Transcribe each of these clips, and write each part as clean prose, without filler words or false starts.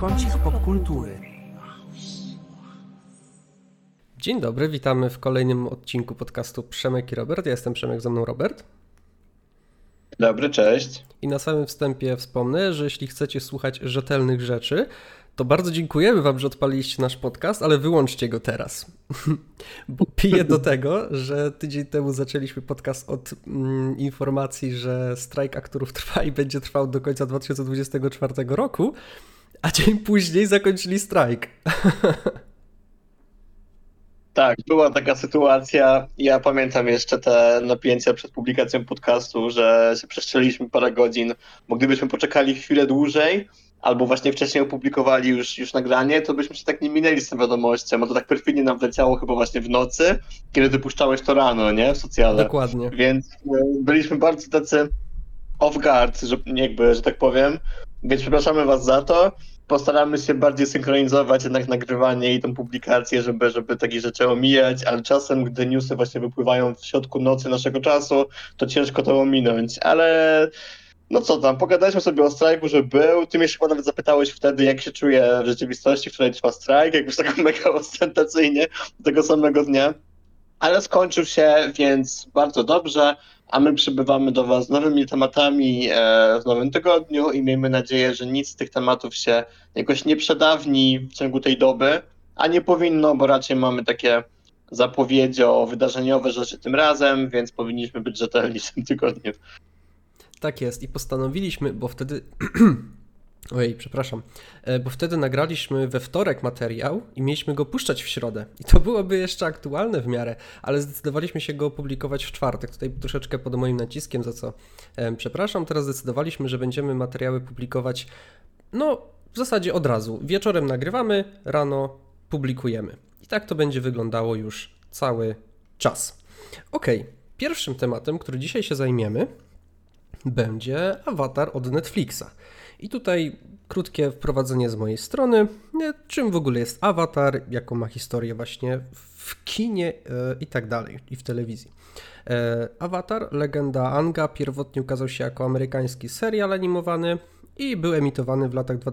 Kącik popkultury. Dzień dobry, witamy w kolejnym odcinku podcastu Przemek i Robert. Ja jestem Przemek, ze mną Robert. Dobry, cześć. I na samym wstępie wspomnę, że jeśli chcecie słuchać rzetelnych rzeczy, to bardzo dziękujemy wam, że odpaliliście nasz podcast, ale wyłączcie go teraz. Bo piję do tego, że tydzień temu zaczęliśmy podcast od informacji, że strajk aktorów trwa i będzie trwał do końca 2024 roku, a dzień później zakończyli strajk. Tak, była taka sytuacja. Ja pamiętam jeszcze te napięcia przed publikacją podcastu, że się przestrzeliśmy parę godzin, bo gdybyśmy poczekali chwilę dłużej, albo właśnie wcześniej opublikowali już nagranie, to byśmy się tak nie minęli z tą wiadomością, bo to tak perfidnie nam wleciało chyba właśnie w nocy, kiedy ty puszczałeś to rano, nie? W socjale. Dokładnie. Więc byliśmy bardzo tacy off guard, że tak powiem, więc przepraszamy was za to. Postaramy się bardziej synchronizować jednak nagrywanie i tą publikację, żeby takie rzeczy omijać, ale czasem, gdy newsy właśnie wypływają w środku nocy naszego czasu, to ciężko to ominąć, ale no co tam, pogadaliśmy sobie o strajku, że był, ty mnie chyba nawet zapytałeś wtedy, jak się czuję w rzeczywistości, w której trwa strajk, jakbyś tak mega ostentacyjnie tego samego dnia, ale skończył się, więc bardzo dobrze. A my przybywamy do was z nowymi tematami w nowym tygodniu i miejmy nadzieję, że nic z tych tematów się jakoś nie przedawni w ciągu tej doby, a nie powinno, bo raczej mamy takie zapowiedzio-wydarzeniowe rzeczy tym razem, więc powinniśmy być rzetelni w tym tygodniu. Tak jest i postanowiliśmy, bo wtedy... Bo wtedy nagraliśmy we wtorek materiał i mieliśmy go puszczać w środę. I to byłoby jeszcze aktualne w miarę, ale zdecydowaliśmy się go opublikować w czwartek. Tutaj troszeczkę pod moim naciskiem, za co przepraszam. Teraz zdecydowaliśmy, że będziemy materiały publikować, w zasadzie od razu. Wieczorem nagrywamy, rano publikujemy. I tak to będzie wyglądało już cały czas. Okej, pierwszym tematem, który dzisiaj się zajmiemy, będzie Avatar od Netflixa. I tutaj krótkie wprowadzenie z mojej strony, czym w ogóle jest Avatar, jaką ma historię właśnie w kinie i tak dalej, i w telewizji. Avatar, legenda Aanga, pierwotnie ukazał się jako amerykański serial animowany i był emitowany w latach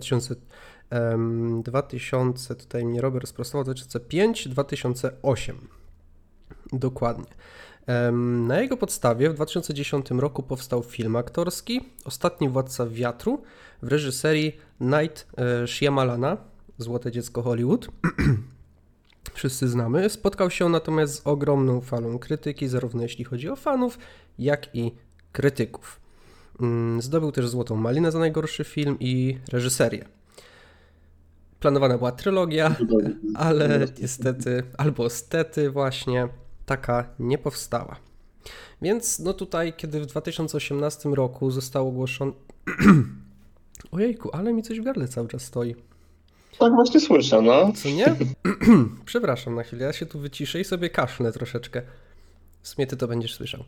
2000, tutaj mnie Robert sprostował, 2005-2008. Dokładnie. Na jego podstawie w 2010 roku powstał film aktorski Ostatni Władca Wiatru w reżyserii Night Shyamalana, Złote Dziecko Hollywood. Wszyscy znamy. Spotkał się natomiast z ogromną falą krytyki, zarówno jeśli chodzi o fanów, jak i krytyków. Zdobył też Złotą Malinę za najgorszy film i reżyserię. Planowana była trylogia, ale niestety, albo stety właśnie, taka nie powstała. Więc tutaj, kiedy w 2018 roku został ogłoszony... Ojejku, ale mi coś w gardle cały czas stoi. Tak właśnie słyszę, no. Co nie? Przepraszam na chwilę, ja się tu wyciszę i sobie kaszlę troszeczkę. W sumie ty to będziesz słyszał.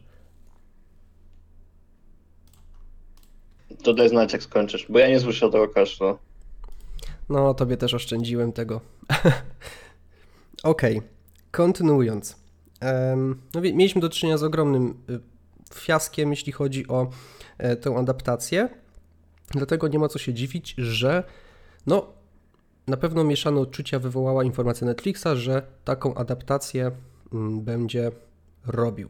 To daj znać, jak skończysz, bo ja nie słyszę tego kaszlu. No, tobie też oszczędziłem tego. Okej, kontynuując. Mieliśmy do czynienia z ogromnym fiaskiem, jeśli chodzi o tę adaptację. Dlatego nie ma co się dziwić, że na pewno mieszane odczucia wywołała informacja Netflixa, że taką adaptację będzie robił.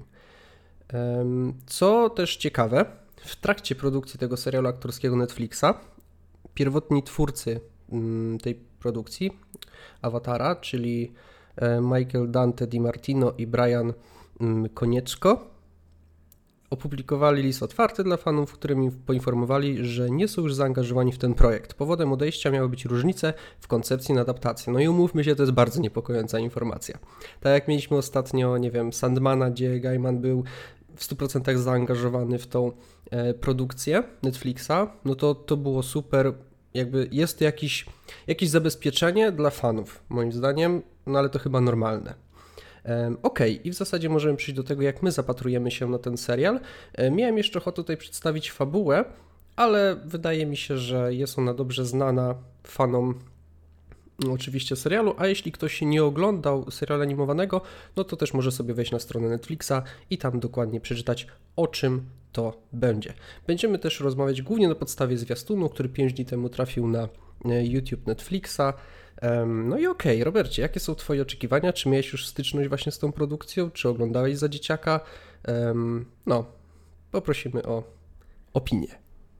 Co też ciekawe, w trakcie produkcji tego serialu aktorskiego Netflixa pierwotni twórcy tej produkcji, Awatara, czyli Michael Dante DiMartino i Brian Konieczko, opublikowali list otwarty dla fanów, w którym im poinformowali, że nie są już zaangażowani w ten projekt. Powodem odejścia miały być różnice w koncepcji na adaptację. I umówmy się, to jest bardzo niepokojąca informacja. Tak jak mieliśmy ostatnio, Sandmana, gdzie Gaiman był w 100% zaangażowany w tą produkcję Netflixa, to było super. Jakby jest to jakieś zabezpieczenie dla fanów, moim zdaniem, ale to chyba normalne. I w zasadzie możemy przejść do tego, jak my zapatrujemy się na ten serial. Miałem jeszcze ochotę tutaj przedstawić fabułę, ale wydaje mi się, że jest ona dobrze znana fanom oczywiście serialu, a jeśli ktoś nie oglądał serialu animowanego, to też może sobie wejść na stronę Netflixa i tam dokładnie przeczytać, o czym to będzie. Będziemy też rozmawiać głównie na podstawie zwiastunu, który 5 dni temu trafił na YouTube Netflixa. No i okej, Robercie, jakie są twoje oczekiwania? Czy miałeś już styczność właśnie z tą produkcją? Czy oglądałeś za dzieciaka? No, poprosimy o opinię.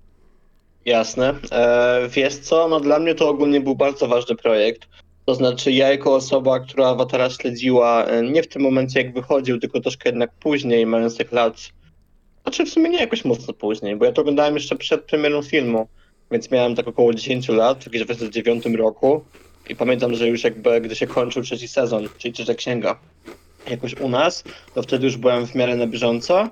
Jasne. Wiesz co, no dla mnie to ogólnie był bardzo ważny projekt. To znaczy ja jako osoba, która Awatara śledziła nie w tym momencie jak wychodził, tylko troszkę jednak później, mając tych lat, znaczy w sumie nie jakoś mocno później, bo ja to oglądałem jeszcze przed premierą filmu, więc miałem tak około 10 lat, gdzieś w 2009 roku i pamiętam, że już jakby gdy się kończył trzeci sezon, czyli Trzecia Księga, jakoś u nas, to wtedy już byłem w miarę na bieżąco.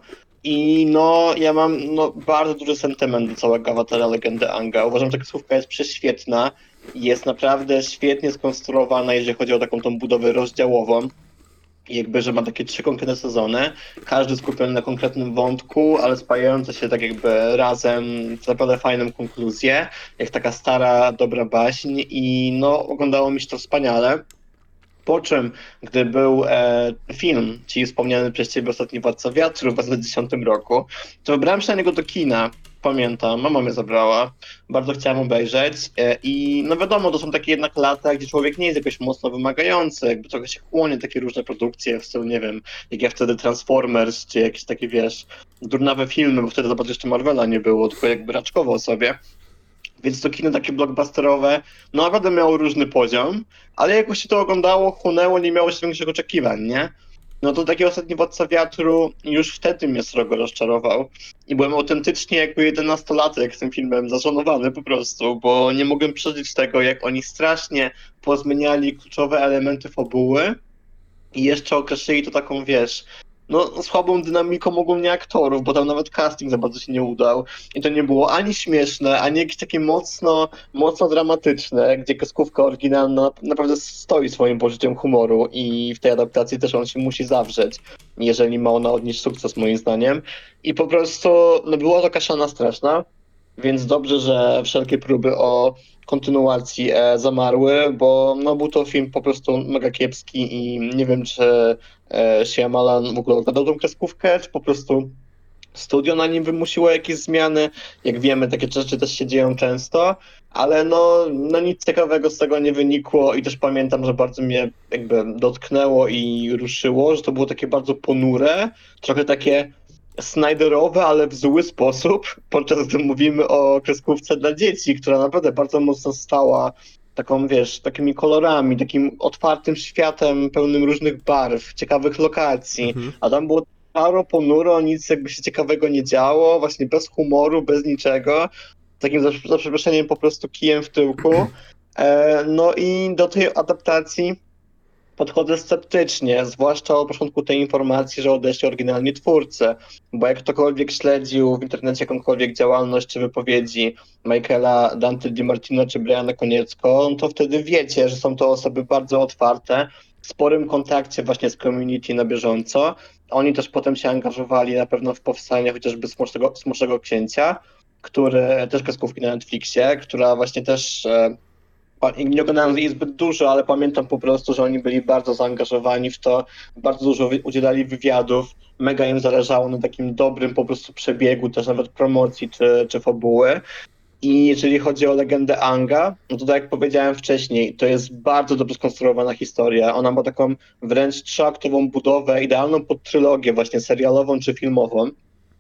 I no, ja mam bardzo duży sentyment do całego Awatara Legendy Aanga. Uważam, że kreskówka jest prześwietna. Jest naprawdę świetnie skonstruowana, jeżeli chodzi o taką tą budowę rozdziałową. I jakby, że ma takie 3 konkretne sezony, każdy skupiony na konkretnym wątku, ale spajające się tak jakby razem w naprawdę fajną konkluzję, jak taka stara, dobra baśń i no, oglądało mi się to wspaniale. Po czym, gdy był film, czyli wspomniany przez Ciebie Ostatni Władca Wiatru w 2010 roku, to wybrałem się na niego do kina. Pamiętam, mama mnie zabrała, bardzo chciałem obejrzeć i no wiadomo, to są takie jednak lata, gdzie człowiek nie jest jakoś mocno wymagający, jakby trochę się chłonie takie różne produkcje w stylu, nie wiem, jak ja wtedy Transformers, czy jakieś takie, wiesz, durnawe filmy, bo wtedy zobacz jeszcze Marvela nie było, tylko jakby raczkowo sobie. Więc to kino takie blockbusterowe, no naprawdę miało różny poziom, ale jakoś się to oglądało, chłonęło, nie miało się większych oczekiwań, nie? No to taki Ostatni Władca Wiatru już wtedy mnie srogo rozczarował. I byłem autentycznie jakby 11-latek z tym filmem zażenowany po prostu, bo nie mogłem przeżyć tego, jak oni strasznie pozmieniali kluczowe elementy fabuły i jeszcze określili to taką, wiesz, no słabą dynamiką ogólnie aktorów, bo tam nawet casting za bardzo się nie udał. I to nie było ani śmieszne, ani jakieś takie mocno dramatyczne, gdzie kreskówka oryginalna naprawdę stoi swoim poczuciem humoru i w tej adaptacji też on się musi zawrzeć, jeżeli ma ona odnieść sukces moim zdaniem. I po prostu, no była to kaszana straszna, więc dobrze, że wszelkie próby o kontynuacji zamarły, bo no, był to film po prostu mega kiepski i nie wiem, czy Shyamalan w ogóle oglądał tą kreskówkę, czy po prostu studio na nim wymusiło jakieś zmiany. Jak wiemy, takie rzeczy też się dzieją często, ale no nic ciekawego z tego nie wynikło i też pamiętam, że bardzo mnie jakby dotknęło i ruszyło, że to było takie bardzo ponure, trochę takie Snyderowe, ale w zły sposób, podczas gdy mówimy o kreskówce dla dzieci, która naprawdę bardzo mocno stała taką, wiesz, takimi kolorami, takim otwartym światem pełnym różnych barw, ciekawych lokacji, Mhm. a tam było szaro, ponuro, nic jakby się ciekawego nie działo, właśnie bez humoru, bez niczego, takim za przeproszeniem po prostu kijem w tyłku. No i do tej adaptacji podchodzę sceptycznie, zwłaszcza od początku tej informacji, że odeszli oryginalni twórcy, bo jak ktokolwiek śledził w internecie jakąkolwiek działalność czy wypowiedzi Michaela Dante DiMartino czy Briana Koniecko, no to wtedy wiecie, że są to osoby bardzo otwarte, w sporym kontakcie właśnie z community na bieżąco. Oni też potem się angażowali na pewno w powstanie chociażby Smoczego Księcia, który też kreskówki na Netflixie, która właśnie też nie oglądałem jej zbyt dużo, ale pamiętam po prostu, że oni byli bardzo zaangażowani w to, bardzo dużo udzielali wywiadów, mega im zależało na takim dobrym po prostu przebiegu, też nawet promocji czy fabuły. I jeżeli chodzi o legendę Anga, no to tak jak powiedziałem wcześniej, to jest bardzo dobrze skonstruowana historia. Ona ma taką wręcz trzyaktową budowę, idealną pod trylogię właśnie serialową czy filmową.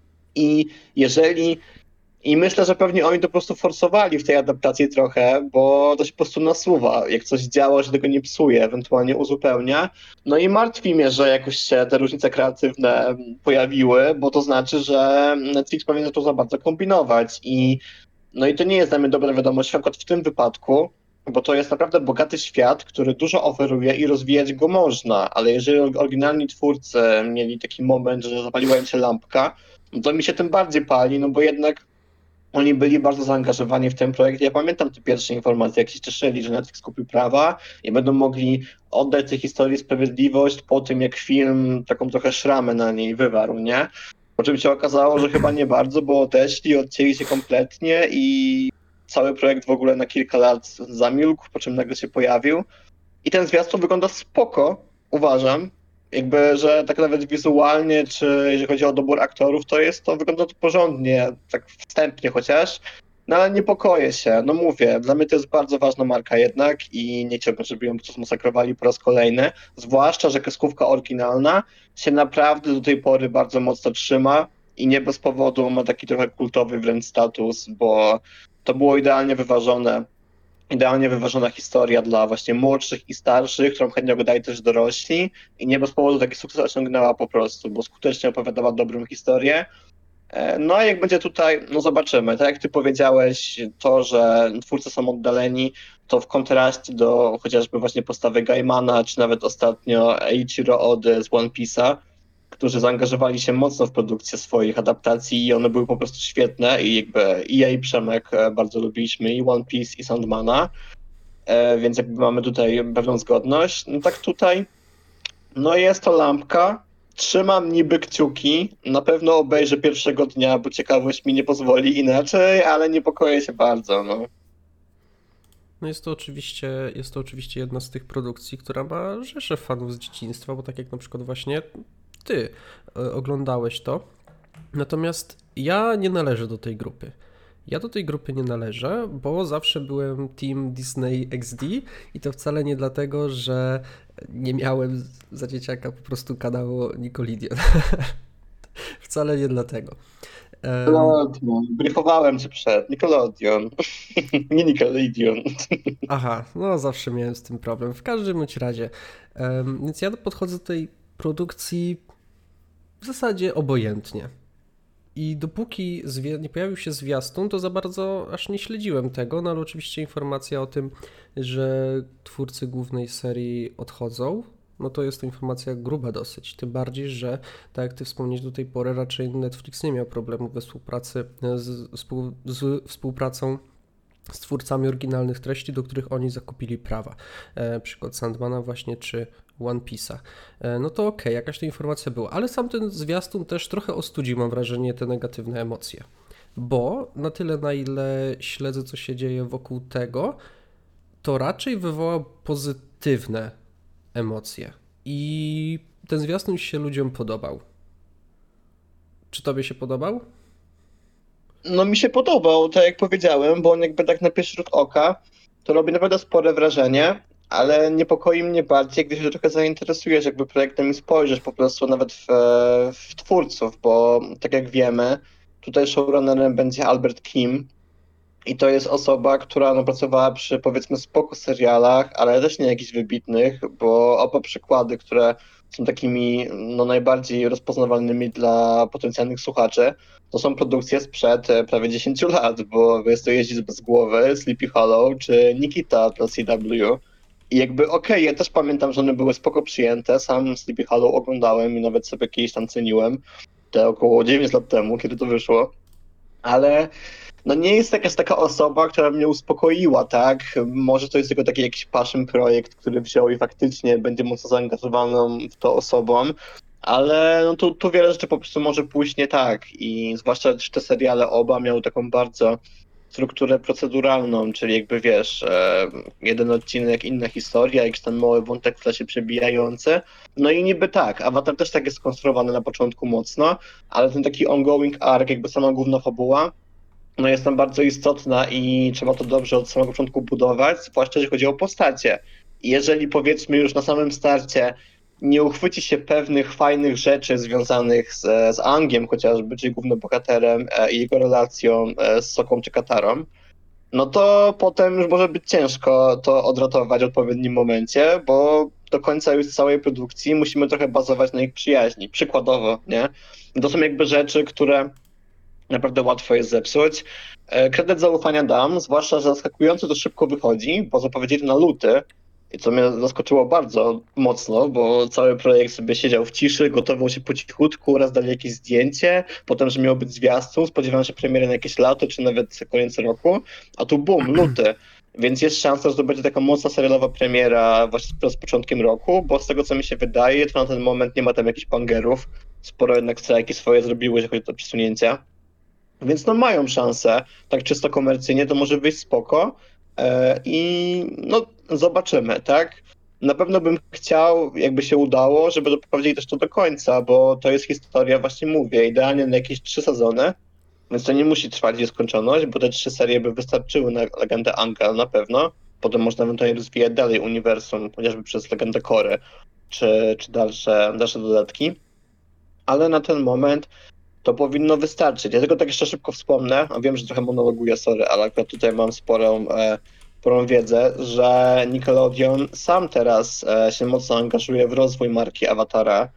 I jeżeli i myślę, że pewnie oni to po prostu forsowali w tej adaptacji trochę, bo to się po prostu nasuwa. Jak coś działa, że tego nie psuje, ewentualnie uzupełnia. No i martwi mnie, że jakoś się te różnice kreatywne pojawiły, bo to znaczy, że Netflix powinien zaczął za bardzo kombinować. No i to nie jest dla mnie dobra wiadomość, akurat w tym wypadku, bo to jest naprawdę bogaty świat, który dużo oferuje i rozwijać go można, ale jeżeli oryginalni twórcy mieli taki moment, że zapaliła im się lampka, no to mi się tym bardziej pali, no bo jednak oni byli bardzo zaangażowani w ten projekt. Ja pamiętam te pierwsze informacje, jak się cieszyli, że Netflix kupił prawa i będą mogli oddać tej historii sprawiedliwość po tym, jak film taką trochę szramę na niej wywarł, nie? Po czym się okazało, że chyba nie bardzo, bo odeszli, odcięli się kompletnie i cały projekt w ogóle na kilka lat zamilkł, po czym nagle się pojawił. I ten zwiastun wygląda spoko, uważam. Jakby, że tak nawet wizualnie, czy jeżeli chodzi o dobór aktorów, to wygląda to porządnie, tak wstępnie chociaż. No ale niepokoję się, no mówię, dla mnie to jest bardzo ważna marka jednak i nie chciałbym, żeby ją po prostu zmasakrowali po raz kolejny, zwłaszcza, że kreskówka oryginalna się naprawdę do tej pory bardzo mocno trzyma i nie bez powodu ma taki trochę kultowy wręcz status, bo to było idealnie wyważona historia dla właśnie młodszych i starszych, którą chętnie oglądali też dorośli i nie bez powodu taki sukces osiągnęła po prostu, bo skutecznie opowiadała dobrą historię. No a jak będzie tutaj, no zobaczymy. Tak jak ty powiedziałeś, to, że twórcy są oddaleni, to w kontraście do chociażby właśnie postawy Gaimana, czy nawet ostatnio Eiichiro Ody z One Piece'a, którzy zaangażowali się mocno w produkcję swoich adaptacji i one były po prostu świetne i jakby i ja i Przemek bardzo lubiliśmy i One Piece i Sandmana, więc jakby mamy tutaj pewną zgodność. No tak tutaj, no jest to lampka, trzymam niby kciuki, na pewno obejrzę pierwszego dnia, bo ciekawość mi nie pozwoli inaczej, ale niepokoję się bardzo, no. No jest to oczywiście jedna z tych produkcji, która ma rzeszę fanów z dzieciństwa, bo tak jak na przykład właśnie ty oglądałeś to. Natomiast ja nie należę do tej grupy. Ja do tej grupy nie należę, bo zawsze byłem Team Disney XD i to wcale nie dlatego, że nie miałem za dzieciaka po prostu kanału Nickelodeon. Wcale nie dlatego. Nickelodeon, briefowałem cię przed, Nickelodeon, nie Nickelodeon. Aha, no zawsze miałem z tym problem. W każdym bądź razie. Więc ja podchodzę do tej produkcji w zasadzie obojętnie. I dopóki nie pojawił się zwiastun, to za bardzo aż nie śledziłem tego, no ale oczywiście informacja o tym, że twórcy głównej serii odchodzą, no to jest to informacja gruba dosyć. Tym bardziej, że tak jak ty wspomniałeś do tej pory, raczej Netflix nie miał problemu we współpracy z współpracą z twórcami oryginalnych treści, do których oni zakupili prawa. Przykład Sandmana właśnie, czy One Piece'a. No to okej, jakaś to informacja była, ale sam ten zwiastun też trochę ostudził, mam wrażenie, te negatywne emocje. Bo na tyle, na ile śledzę, co się dzieje wokół tego, to raczej wywoła pozytywne emocje. I ten zwiastun się ludziom podobał. Czy tobie się podobał? No mi się podobał, tak jak powiedziałem, bo on jakby tak na pierwszy rzut oka to robi naprawdę spore wrażenie, ale niepokoi mnie bardziej, gdy się trochę zainteresujesz jakby projektem i spojrzysz po prostu nawet w twórców, bo tak jak wiemy, tutaj showrunnerem będzie Albert Kim i to jest osoba, która no, pracowała przy powiedzmy spoko serialach, ale też nie jakichś wybitnych, bo oba przykłady, które są takimi no, najbardziej rozpoznawalnymi dla potencjalnych słuchaczy, to są produkcje sprzed prawie 10 lat, bo jest to Jeździec bez głowy, Sleepy Hollow czy Nikita dla CW. I jakby okej, ja też pamiętam, że one były spoko przyjęte, sam Sleepy Hollow oglądałem i nawet sobie kiedyś tam ceniłem, te około 9 lat temu, kiedy to wyszło, ale no nie jest jakaś taka osoba, która mnie uspokoiła, tak? Może to jest tylko taki jakiś passion projekt, który wziął i faktycznie będzie mocno zaangażowaną w to osobą, ale no tu wiele rzeczy po prostu może pójść nie tak i zwłaszcza, że te seriale oba miały taką bardzo strukturę proceduralną, czyli jakby wiesz, jeden odcinek, inna historia, jakiś tam mały wątek w czasie przebijający. No i niby tak, Avatar też tak jest skonstruowany na początku mocno, ale ten taki ongoing arc, jakby sama główna fabuła, no jest tam bardzo istotna i trzeba to dobrze od samego początku budować, zwłaszcza jeśli chodzi o postacie. I jeżeli powiedzmy już na samym starcie nie uchwyci się pewnych fajnych rzeczy związanych z Angiem chociażby, czyli głównym bohaterem i jego relacją z Soką czy Katarą, no to potem już może być ciężko to odratować w odpowiednim momencie, bo do końca już całej produkcji musimy trochę bazować na ich przyjaźni. Przykładowo, nie? To są jakby rzeczy, które naprawdę łatwo jest zepsuć. Kredyt zaufania dam, zwłaszcza, że zaskakująco to szybko wychodzi, bo zapowiedzieli na luty, i co mnie zaskoczyło bardzo mocno, bo cały projekt sobie siedział w ciszy, gotował się po cichutku, raz dali jakieś zdjęcie, potem, że miał być zwiastun, spodziewałem się premiery na jakieś lato, czy nawet koniec roku, a tu bum, luty. Więc jest szansa, że to będzie taka mocna serialowa premiera właśnie z początkiem roku, bo z tego, co mi się wydaje, to na ten moment nie ma tam jakichś bangerów. Sporo jednak strajki swoje zrobiły, jeżeli chodzi o te przesunięcia. Więc no mają szansę, tak czysto komercyjnie, to może wyjść spoko i no zobaczymy, tak? Na pewno bym chciał, jakby się udało, żeby doprowadzili też to do końca, bo to jest historia, właśnie mówię, idealnie na jakieś 3 sezony, Więc to nie musi trwać w nieskończoność, bo te 3 serie by wystarczyły na Legendę Angel na pewno. Potem można ewentualnie rozwijać dalej uniwersum, chociażby przez Legendę Kory, czy dalsze dodatki. Ale na ten moment to powinno wystarczyć. Ja tylko tak jeszcze szybko wspomnę, a wiem, że trochę monologuję, sorry, ale akurat tutaj mam sporą wiedzę, że Nickelodeon sam teraz się mocno angażuje w rozwój marki Awatara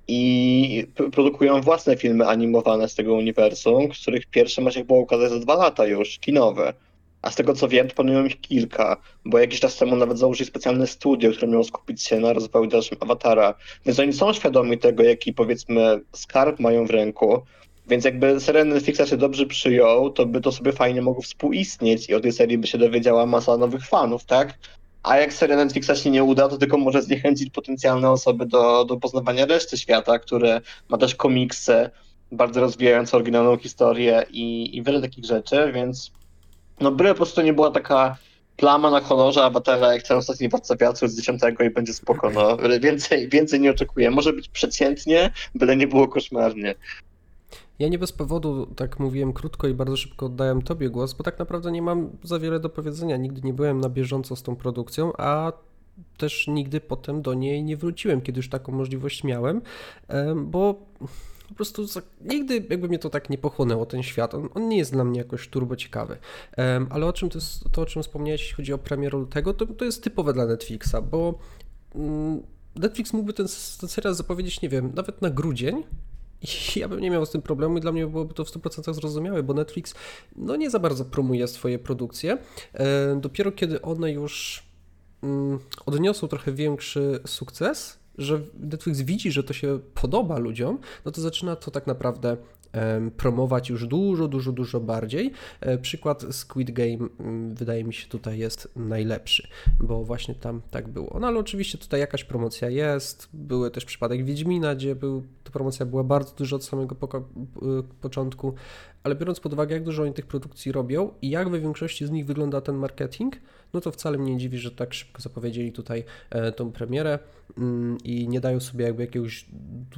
i produkują własne filmy animowane z tego uniwersum, z których pierwsze ma się chyba ukazać za 2 lata już, kinowe. A z tego co wiem, to planują ich kilka, bo jakiś czas temu nawet założyli specjalne studio, które miało skupić się na rozwoju dalszym Awatara. Więc oni są świadomi tego, jaki powiedzmy skarb mają w ręku. Więc jakby serial Netflixa się dobrze przyjął, to by to sobie fajnie mogło współistnieć i o tej serii by się dowiedziała masa nowych fanów, tak? A jak seria Netflixa się nie uda, to tylko może zniechęcić potencjalne osoby do poznawania reszty świata, który ma też komiksy, bardzo rozwijające oryginalną historię i wiele takich rzeczy, więc no byle po prostu nie była taka plama na kolorze awatara jak ten ostatni Władca Wiatru z 10 i będzie spoko, no. Więcej nie oczekuję. Może być przeciętnie, byle nie było koszmarnie. Ja nie bez powodu tak mówiłem krótko i bardzo szybko oddałem tobie głos, bo tak naprawdę nie mam za wiele do powiedzenia. Nigdy nie byłem na bieżąco z tą produkcją, a też nigdy potem do niej nie wróciłem, kiedy już taką możliwość miałem, bo po prostu nigdy jakby mnie to tak nie pochłonęło, ten świat. On nie jest dla mnie jakoś turbo ciekawy. Ale o czym wspomniałeś, jeśli chodzi o premierę lutego, to jest typowe dla Netflixa, bo Netflix mógłby ten serial zapowiedzieć, nie wiem, nawet na grudzień. I ja bym nie miał z tym problemu i dla mnie byłoby to w 100% zrozumiałe, bo Netflix no nie za bardzo promuje swoje produkcje. Dopiero kiedy one już odniosą trochę większy sukces, że Netflix widzi, że to się podoba ludziom, no to zaczyna to tak naprawdę promować już dużo bardziej. Przykład Squid Game wydaje mi się tutaj jest najlepszy, bo właśnie tam tak było. No ale oczywiście tutaj jakaś promocja jest, były też przypadek Wiedźmina, gdzie ta promocja była bardzo duża od samego początku, ale biorąc pod uwagę jak dużo oni tych produkcji robią i jak we większości z nich wygląda ten marketing, no to wcale mnie nie dziwi, że tak szybko zapowiedzieli tutaj tą premierę i nie dają sobie jakby jakiegoś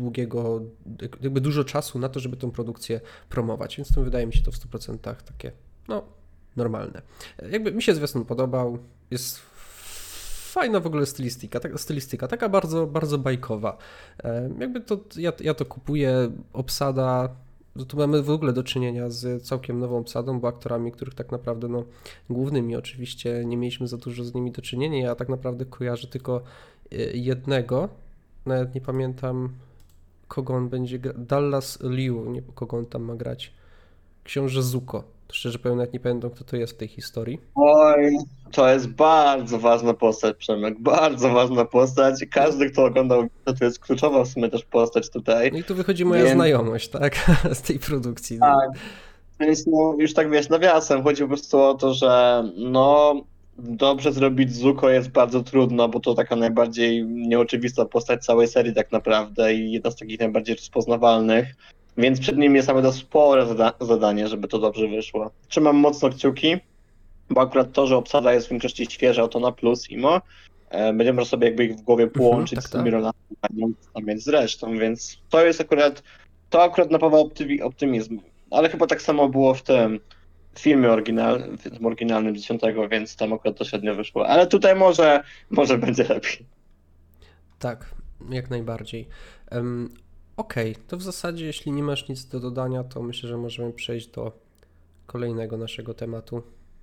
jakby dużo czasu na to, żeby tą produkcję promować, więc to wydaje mi się to w 100% takie, no, normalne. Jakby mi się zwiastun podobał, jest fajna w ogóle stylistyka, taka bardzo bajkowa. Jakby to, ja to kupuję, obsada, tu mamy w ogóle do czynienia z całkiem nową obsadą, bo aktorami, których tak naprawdę, no, głównymi oczywiście nie mieliśmy za dużo z nimi do czynienia, ja tak naprawdę kojarzę tylko jednego, nawet nie pamiętam kogo on będzie grał, Dallas Liu, nie kogo on tam ma grać, książę Zuko, szczerze powiem nawet nie pamiętam kto to jest w tej historii. Oj, to jest bardzo ważna postać, Przemek, bardzo ważna postać. Każdy, kto oglądał, to jest kluczowa w sumie też postać tutaj. No i tu wychodzi moja znajomość, tak, z tej produkcji. Tak, więc no, już tak wiesz, nawiasem, chodzi po prostu o to, że no dobrze zrobić Zuko jest bardzo trudno, bo to taka najbardziej nieoczywista postać całej serii tak naprawdę i jedna z takich najbardziej rozpoznawalnych, więc przed nim jest nawet spore zadanie, żeby to dobrze wyszło. Trzymam mocno kciuki, bo akurat to, że obsada jest w większości świeża, to na plus imo. Będziemy sobie jakby ich w głowie połączyć z tymi rolami, a więc z resztą, więc to akurat napawa optymizm. Ale chyba tak samo było w tym filmie oryginalnym 10, więc tam akurat to średnio wyszło. Ale tutaj może będzie lepiej. Tak, jak najbardziej. Okej, to w zasadzie jeśli nie masz nic do dodania, to myślę, że możemy przejść do kolejnego naszego tematu.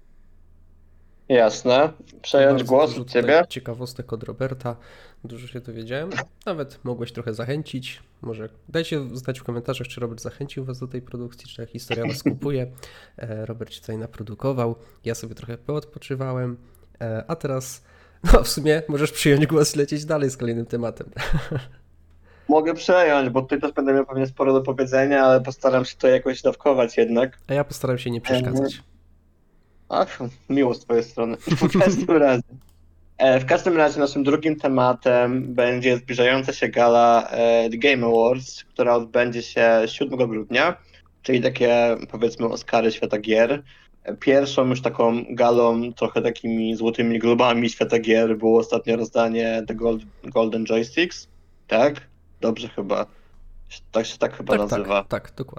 Jasne. Przejąć głos Dużo od ciebie. ciekawostek od Roberta, dużo się dowiedziałem. Nawet mogłeś trochę zachęcić. Może dajcie znać w komentarzach, czy Robert zachęcił was do tej produkcji, czy ta historia was kupuje. Robert się tutaj naprodukował. Ja sobie trochę poodpoczywałem. A teraz, no w sumie możesz przyjąć głos i lecieć dalej z kolejnym tematem. Mogę przejąć, bo tutaj też będę miał pewnie sporo do powiedzenia, ale postaram się to jakoś dawkować jednak. A ja postaram się nie przeszkadzać. Ach, miło z twojej strony. W każdym razie naszym drugim tematem będzie zbliżająca się gala The Game Awards, która odbędzie się 7 grudnia, czyli takie powiedzmy Oscary świata gier. Pierwszą już taką galą, trochę takimi złotymi globami świata gier było ostatnio rozdanie The Golden Joysticks, tak? Dobrze chyba. Tak się chyba nazywa. Tak, dokładnie.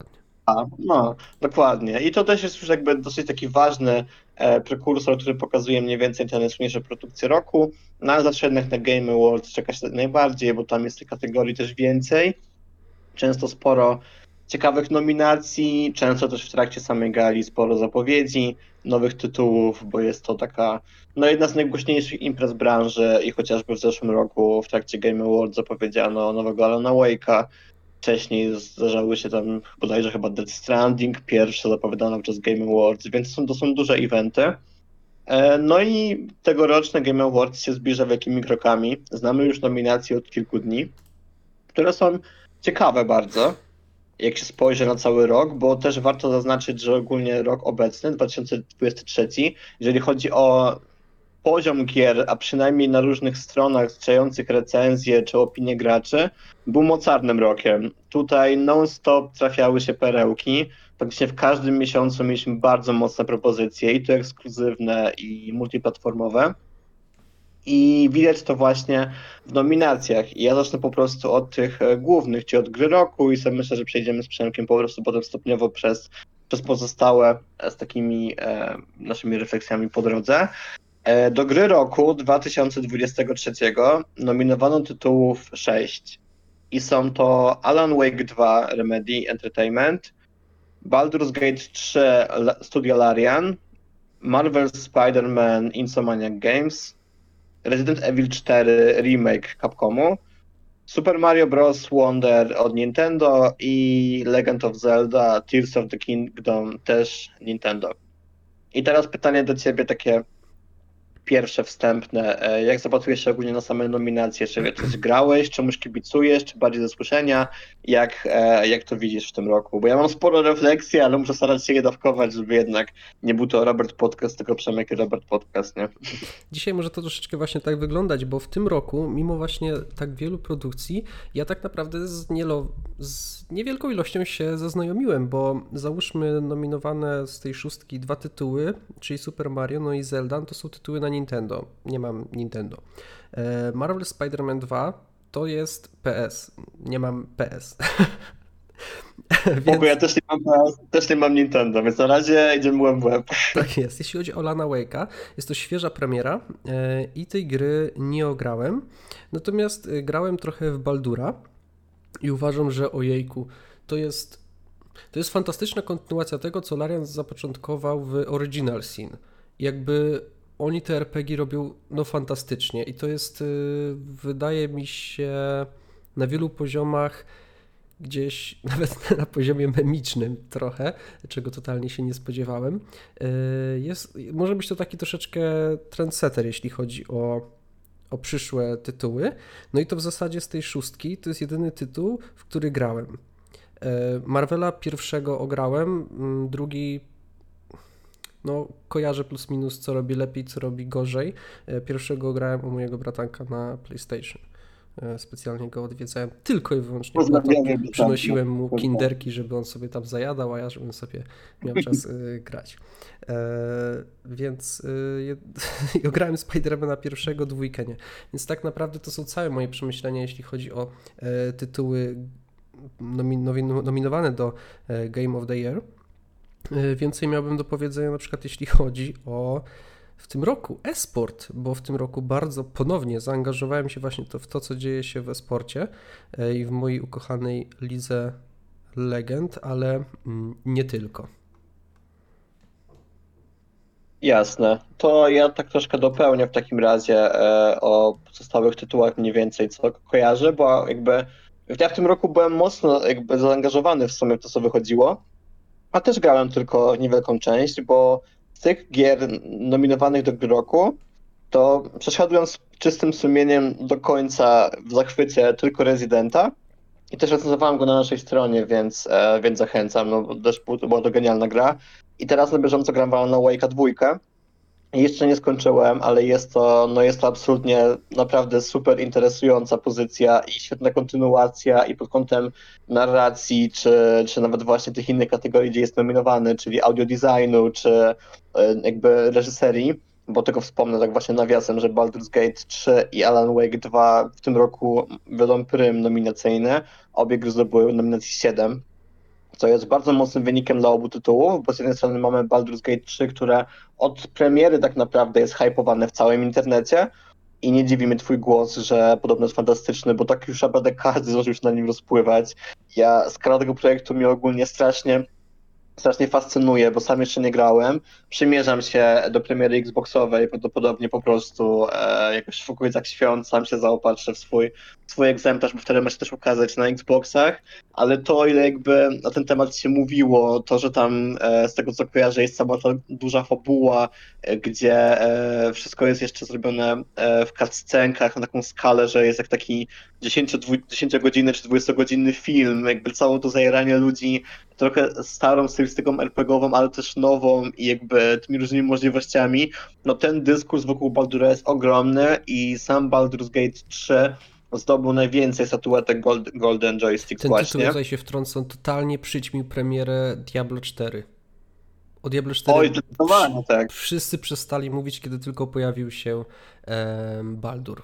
No, dokładnie. I to też jest już jakby dosyć taki ważny prekursor, który pokazuje mniej więcej te najsłynniejsze produkcje roku. No ale zawsze jednak na Game Awards czeka się najbardziej, bo tam jest tej kategorii też więcej. Często sporo ciekawych nominacji, często też w trakcie samej gali sporo zapowiedzi nowych tytułów, bo jest to taka jedna z najgłośniejszych imprez branży i chociażby w zeszłym roku w trakcie Game Awards zapowiedziano nowego Alana Wake'a. Wcześniej zdarzały się tam bodajże chyba Death Stranding, pierwsze zapowiadano podczas Game Awards, więc to są duże eventy. No i tegoroczne Game Awards się zbliża wielkimi krokami. Znamy już nominacje od kilku dni, które są ciekawe bardzo, jak się spojrzy na cały rok, bo też warto zaznaczyć, że ogólnie rok obecny, 2023, jeżeli chodzi o poziom gier, a przynajmniej na różnych stronach czytających recenzje czy opinie graczy, był mocarnym rokiem. Tutaj non-stop trafiały się perełki. Praktycznie w każdym miesiącu mieliśmy bardzo mocne propozycje, i to ekskluzywne, i multiplatformowe. I widać to właśnie w nominacjach. I ja zacznę po prostu od tych głównych, czyli od gry roku, i sobie myślę, że przejdziemy z Przemkiem po prostu potem stopniowo przez pozostałe z takimi naszymi refleksjami po drodze. Do gry roku 2023 nominowano tytułów 6 i są to Alan Wake 2 Remedy Entertainment, Baldur's Gate 3 Studio Larian, Marvel's Spider-Man Insomniac Games, Resident Evil 4 Remake Capcomu, Super Mario Bros. Wonder od Nintendo i Legend of Zelda Tears of the Kingdom też Nintendo. I teraz pytanie do ciebie takie pierwsze wstępne. Jak zapatrujesz się ogólnie na same nominacje? Czy coś grałeś, czemuś kibicujesz, czy bardziej ze słyszenia? Jak to widzisz w tym roku? Bo ja mam sporo refleksji, ale muszę starać się je dawkować, żeby jednak nie był to Robert Podcast, tylko Przemek i Robert Podcast, nie? Dzisiaj może to troszeczkę właśnie tak wyglądać, bo w tym roku, mimo właśnie tak wielu produkcji, ja tak naprawdę z niewielką ilością się zaznajomiłem, bo załóżmy nominowane z tej szóstki 2 tytuły, czyli Super Mario, no i Zelda, to są tytuły na Nintendo. Nie mam Nintendo. Marvel Spider-Man 2 to jest PS. Nie mam PS. Więc... ja też nie mam Nintendo, więc na razie idziemy łeb w łeb. Tak jest. Jeśli chodzi o Alana Wake'a, jest to świeża premiera i tej gry nie ograłem. Natomiast grałem trochę w Baldura i uważam, że ojejku, to jest fantastyczna kontynuacja tego, co Larian zapoczątkował w Original Sin. Jakby oni te RPG robią fantastycznie i to jest, wydaje mi się, na wielu poziomach gdzieś nawet na poziomie memicznym trochę, czego totalnie się nie spodziewałem. Może być to taki troszeczkę trendsetter, jeśli chodzi o przyszłe tytuły. No i to w zasadzie z tej szóstki to jest jedyny tytuł, w który grałem. Marvela pierwszego ograłem, drugi kojarzę plus minus, co robi lepiej, co robi gorzej. Pierwszego grałem u mojego bratanka na PlayStation. Specjalnie go odwiedzałem tylko i wyłącznie po to. Przynosiłem mu kinderki, żeby on sobie tam zajadał, a ja żebym sobie miał czas grać. Więc grałem Spider-Mana pierwszego, dwójkę nie. Więc tak naprawdę to są całe moje przemyślenia, jeśli chodzi o tytuły nominowane do Game of the Year. Więcej miałbym do powiedzenia na przykład jeśli chodzi o w tym roku e-sport, bo w tym roku bardzo ponownie zaangażowałem się właśnie w to, co dzieje się w e-sporcie i w mojej ukochanej lidze legend, ale nie tylko. Jasne. To ja tak troszkę dopełnię w takim razie o pozostałych tytułach mniej więcej, co kojarzę, bo jakby ja w tym roku byłem mocno jakby zaangażowany w sumie w to, co wychodziło, a też grałem tylko niewielką część, bo z tych gier nominowanych do gry roku, to przeszedłem z czystym sumieniem do końca w zachwycie tylko Residenta i też recenzowałem go na naszej stronie, więc zachęcam, no bo też była to genialna gra. I teraz na bieżąco gram w Alana Wake'a 2. Jeszcze nie skończyłem, ale jest to absolutnie naprawdę super interesująca pozycja i świetna kontynuacja i pod kątem narracji, czy nawet właśnie tych innych kategorii, gdzie jest nominowany, czyli audio designu, czy jakby reżyserii, bo tylko wspomnę tak właśnie nawiasem, że Baldur's Gate 3 i Alan Wake 2 w tym roku wiodą prym nominacyjny. Obie gry zdobyły nominacji 7, co jest bardzo mocnym wynikiem dla obu tytułów, bo z jednej strony mamy Baldur's Gate 3, które od premiery tak naprawdę jest hypowane w całym internecie i nie dziwi mnie twój głos, że podobno jest fantastyczny, bo tak już naprawdę każdy zdążył się na nim rozpływać. Skala tego projektu mnie ogólnie strasznie fascynuje, bo sam jeszcze nie grałem. Przymierzam się do premiery Xboxowej, prawdopodobnie po prostu jakoś w okolicach świąt sam się zaopatrzę w swój egzemplarz, bo wtedy ma się też ukazać na Xboxach, ale to, ile jakby na ten temat się mówiło, to, że tam z tego co kojarzę jest sama ta duża fabuła, gdzie wszystko jest jeszcze zrobione w cutscenkach na taką skalę, że jest jak taki 10-godzinny czy 20-godzinny film, jakby całe to zajeranie ludzi trochę starą stylistyką RPG-ową, ale też nową i jakby tymi różnymi możliwościami. No ten dyskurs wokół Baldura jest ogromny i sam Baldur's Gate 3 zdobył najwięcej statuetek Golden Joysticks Ten tytuł, właśnie. tutaj się wtrącą, totalnie przyćmił premierę Diablo 4. O Diablo 4 Oj, zdecydowanie tak. wszyscy przestali mówić, kiedy tylko pojawił się Baldur.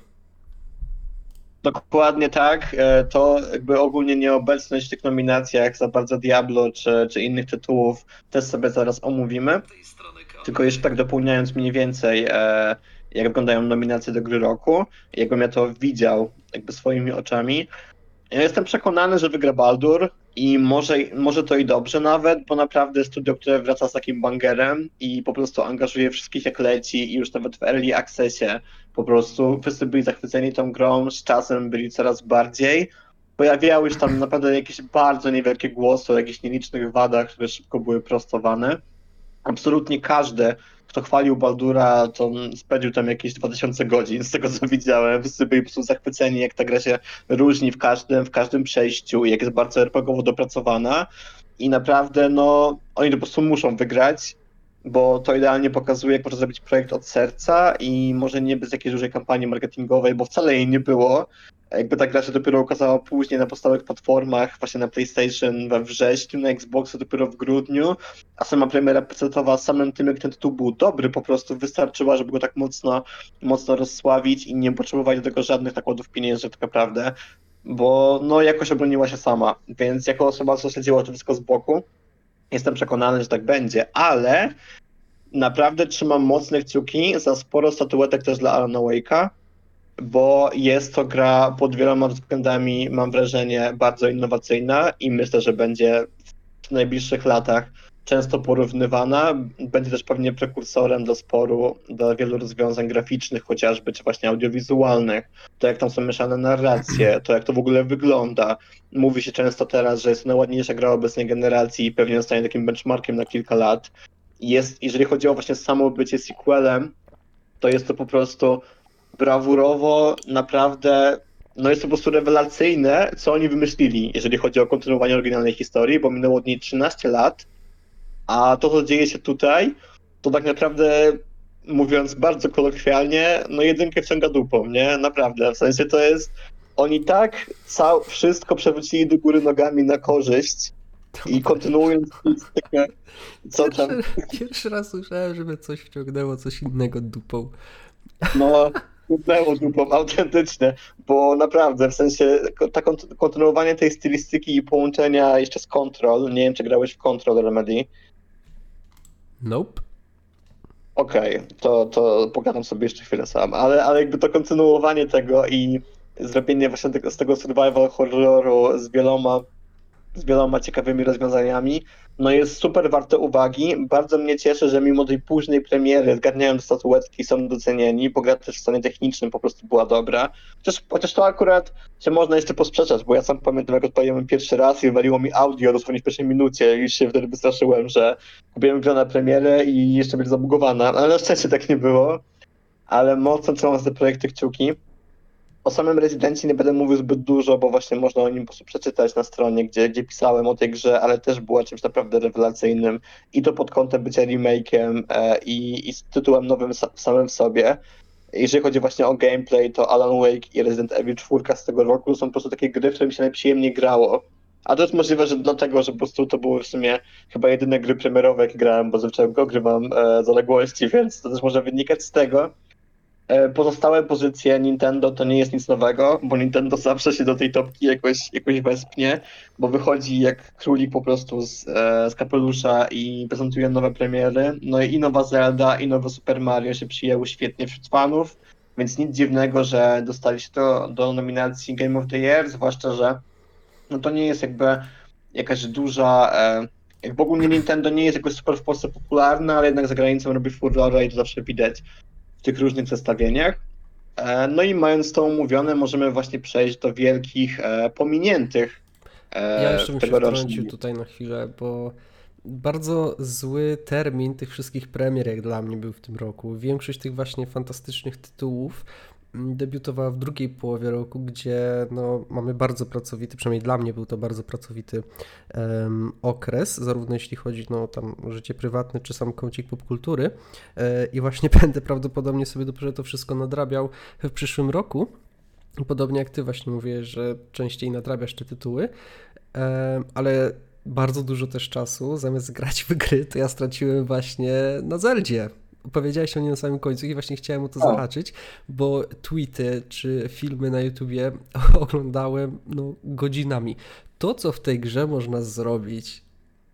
Dokładnie tak. To jakby ogólnie nieobecność w tych nominacjach za bardzo Diablo czy innych tytułów też sobie zaraz omówimy. Tylko jeszcze tak dopełniając mniej więcej, jak wyglądają nominacje do gry roku, jakbym ja to widział jakby swoimi oczami. Ja jestem przekonany, że wygra Baldur i może to i dobrze nawet, bo naprawdę studio, które wraca z takim bangerem i po prostu angażuje wszystkich jak leci i już nawet w early accessie po prostu wszyscy byli zachwyceni tą grą, z czasem byli coraz bardziej. Pojawiały się tam naprawdę jakieś bardzo niewielkie głosy o jakichś nielicznych wadach, które szybko były prostowane. Absolutnie każdy, kto chwalił Baldura, to spędził tam jakieś 2000 godzin, z tego co widziałem. Wszyscy byli po prostu zachwyceni, jak ta gra się różni w każdym przejściu i jak jest bardzo RPGowo dopracowana. I naprawdę, no, oni to po prostu muszą wygrać, bo to idealnie pokazuje, jak można zrobić projekt od serca i może nie bez jakiejś dużej kampanii marketingowej, bo wcale jej nie było. Jakby ta gra się dopiero ukazała później na podstawowych platformach, właśnie na PlayStation we wrześniu, na Xboxie dopiero w grudniu, a sama premiera PC-towa samym tym, jak ten tytuł był dobry, po prostu wystarczyła, żeby go tak mocno rozsławić i nie potrzebowali do tego żadnych nakładów pieniężnych tak naprawdę, bo no jakoś obroniła się sama, więc jako osoba, co śledziła to wszystko z boku, jestem przekonany, że tak będzie, ale naprawdę trzymam mocne kciuki za sporo statuetek też dla Alana Wake'a, bo jest to gra pod wieloma względami, mam wrażenie, bardzo innowacyjna i myślę, że będzie w najbliższych latach często porównywana. Będzie też pewnie prekursorem do sporu, do wielu rozwiązań graficznych chociażby, czy właśnie audiowizualnych. To jak tam są mieszane narracje, to jak to w ogóle wygląda. Mówi się często teraz, że jest to najładniejsza gra obecnej generacji i pewnie zostanie takim benchmarkiem na kilka lat. Jeżeli chodzi o właśnie samo bycie sequelem, to jest to po prostu brawurowo, naprawdę, no jest to po prostu rewelacyjne, co oni wymyślili, jeżeli chodzi o kontynuowanie oryginalnej historii, bo minęło od niej 13 lat, a to, co dzieje się tutaj, to tak naprawdę, mówiąc bardzo kolokwialnie, no jedynkę wciąga dupą, nie? Naprawdę, w sensie to jest, oni tak wszystko przewrócili do góry nogami na korzyść i kontynuując stylistykę, co tam... Pierwszy raz słyszałem, żeby coś wciągnęło coś innego dupą. No, kupnęło dupą, autentycznie, bo naprawdę, w sensie kontynuowanie tej stylistyki i połączenia jeszcze z Control, nie wiem, czy grałeś w Control Remedy. Nope. Okej, to pogadam sobie jeszcze chwilę sam, ale jakby to kontynuowanie tego i zrobienie właśnie z tego survival horroru z wieloma ciekawymi rozwiązaniami, no jest super warte uwagi. Bardzo mnie cieszy, że mimo tej późnej premiery zgarniają statuetki, są docenieni, bo gra też w stanie technicznym po prostu była dobra. Chociaż to akurat się można jeszcze posprzeczać, bo ja sam pamiętam, jak odpaliłem pierwszy raz i wywaliło mi audio dosłownie w pierwszej minucie i już się wtedy wystraszyłem, że kupiłem grę na premierę i jeszcze będzie zabugowana, ale na szczęście tak nie było. Ale mocno trzymam za te projekty kciuki. O samym Rezydencie nie będę mówił zbyt dużo, bo właśnie można o nim po prostu przeczytać na stronie, gdzie pisałem o tej grze, ale też była czymś naprawdę rewelacyjnym i to pod kątem bycia remake'iem i z tytułem nowym samym w sobie. Jeżeli chodzi właśnie o gameplay, to Alan Wake i Resident Evil 4 z tego roku są po prostu takie gry, w które mi się najprzyjemniej grało. A to jest możliwe, że dlatego, że po prostu to były w sumie chyba jedyne gry premierowe, jakie grałem, bo zwyczajnie ogrywam zaległości, więc to też może wynikać z tego. Pozostałe pozycje Nintendo to nie jest nic nowego, bo Nintendo zawsze się do tej topki jakoś wespnie, bo wychodzi jak królik po prostu z kapelusza i prezentuje nowe premiery. No i nowa Zelda, i nowe Super Mario się przyjęły świetnie wśród fanów, więc nic dziwnego, że dostali się do nominacji Game of the Year, zwłaszcza, że no to nie jest jakby jakaś duża... Jakby ogólnie Nintendo nie jest jakoś super w Polsce popularne, ale jednak za granicą robi furorę i to zawsze widać w tych różnych zestawieniach. No i mając to omówione, możemy właśnie przejść do wielkich pominiętych Ja jeszcze w bym się tegorocznym. wtrącił tutaj na chwilę, bo bardzo zły termin tych wszystkich premier, jak dla mnie był w tym roku. Większość tych właśnie fantastycznych tytułów debiutowała w drugiej połowie roku, gdzie no, mamy bardzo pracowity, przynajmniej dla mnie był to bardzo pracowity okres, zarówno jeśli chodzi no, tam o życie prywatne, czy sam kącik popkultury. I właśnie będę prawdopodobnie sobie dopiero to wszystko nadrabiał w przyszłym roku. Podobnie jak ty właśnie mówię, że częściej nadrabiasz te tytuły, ale bardzo dużo też czasu, zamiast grać w gry, to ja straciłem właśnie na Zeldzie. Powiedziałeś o niej na samym końcu i właśnie chciałem o to zahaczyć, bo tweety czy filmy na YouTubie oglądałem no, godzinami. To, co w tej grze można zrobić,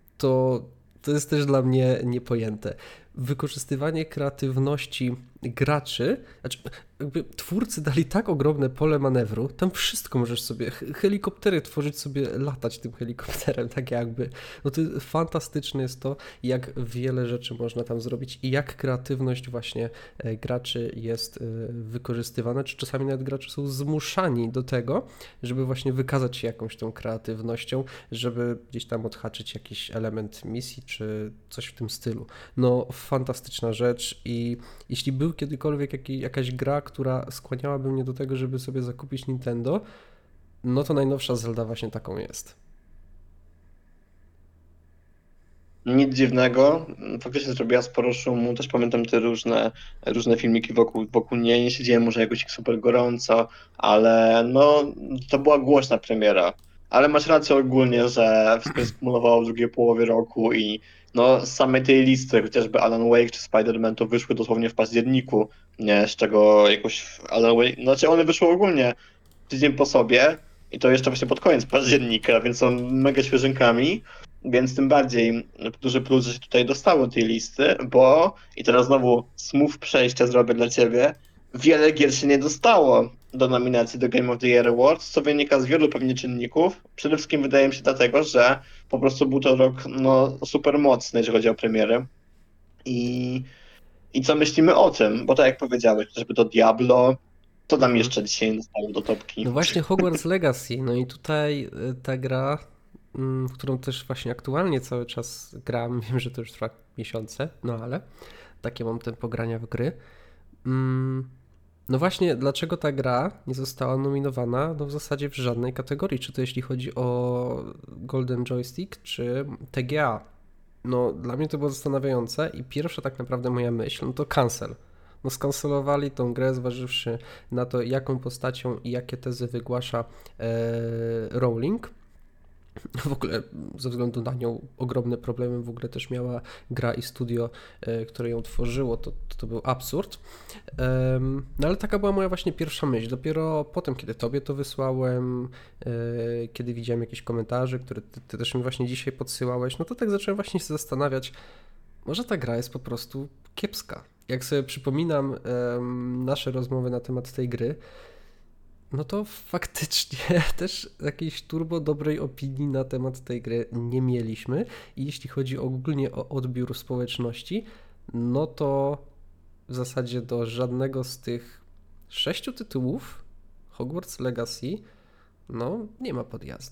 to jest też dla mnie niepojęte. Wykorzystywanie kreatywności graczy, znaczy jakby twórcy dali tak ogromne pole manewru, tam wszystko możesz sobie, helikoptery tworzyć sobie, latać tym helikopterem, tak jakby. No to fantastyczne jest to, jak wiele rzeczy można tam zrobić i jak kreatywność właśnie graczy jest wykorzystywana, czy czasami nawet gracze są zmuszani do tego, żeby właśnie wykazać się jakąś tą kreatywnością, żeby gdzieś tam odhaczyć jakiś element misji, czy coś w tym stylu. No fantastyczna rzecz i jeśli był kiedykolwiek jakaś gra, która skłaniałaby mnie do tego, żeby sobie zakupić Nintendo, no to najnowsza Zelda właśnie taką jest. Nic dziwnego, faktycznie zrobiła sporo szumu, też pamiętam te różne filmiki wokół niej, nie siedziałem może jakoś super gorąco, ale no to była głośna premiera. Ale masz rację ogólnie, że wszystko się skumulowało w drugiej połowie roku i no z samej tej listy, chociażby Alan Wake czy Spider-Man to wyszły dosłownie w październiku, nie, z czego jakoś Alan Wake, znaczy one wyszły ogólnie tydzień po sobie i to jeszcze właśnie pod koniec października, więc są mega świeżynkami, więc tym bardziej duży plus, że się tutaj dostało tej listy, bo i teraz znowu smooth przejścia zrobię dla ciebie, wiele gier się nie dostało do nominacji do Game of the Year Awards, co wynika z wielu pewnie czynników. Przede wszystkim wydaje mi się dlatego, że po prostu był to rok no, super mocny, jeżeli chodzi o premiery. I, I co myślimy o tym? Bo tak jak powiedziałeś, chociażby to Diablo, to nam jeszcze dzisiaj nie dostało do topki. No właśnie Hogwarts Legacy, no i tutaj ta gra, w którą też właśnie aktualnie cały czas gram, wiem, że to już trwa miesiące, no ale takie mam tempo grania w gry. No właśnie, dlaczego ta gra nie została nominowana no w zasadzie w żadnej kategorii, czy to jeśli chodzi o Golden Joystick, czy TGA. No dla mnie to było zastanawiające i pierwsza tak naprawdę moja myśl, no to cancel. No skancelowali tą grę, zważywszy na to, jaką postacią i jakie tezy wygłasza Rowling. W ogóle ze względu na nią ogromne problemy w ogóle też miała gra i studio, które ją tworzyło, to był absurd. No ale taka była moja właśnie pierwsza myśl. Dopiero potem, kiedy tobie to wysłałem, kiedy widziałem jakieś komentarze, które ty też mi właśnie dzisiaj podsyłałeś, no to tak zacząłem właśnie się zastanawiać, może ta gra jest po prostu kiepska. Jak sobie przypominam nasze rozmowy na temat tej gry, no to faktycznie też jakiejś turbo dobrej opinii na temat tej gry nie mieliśmy i jeśli chodzi ogólnie o odbiór społeczności, no to w zasadzie do żadnego z tych 6 tytułów Hogwarts Legacy no nie ma podjazdu.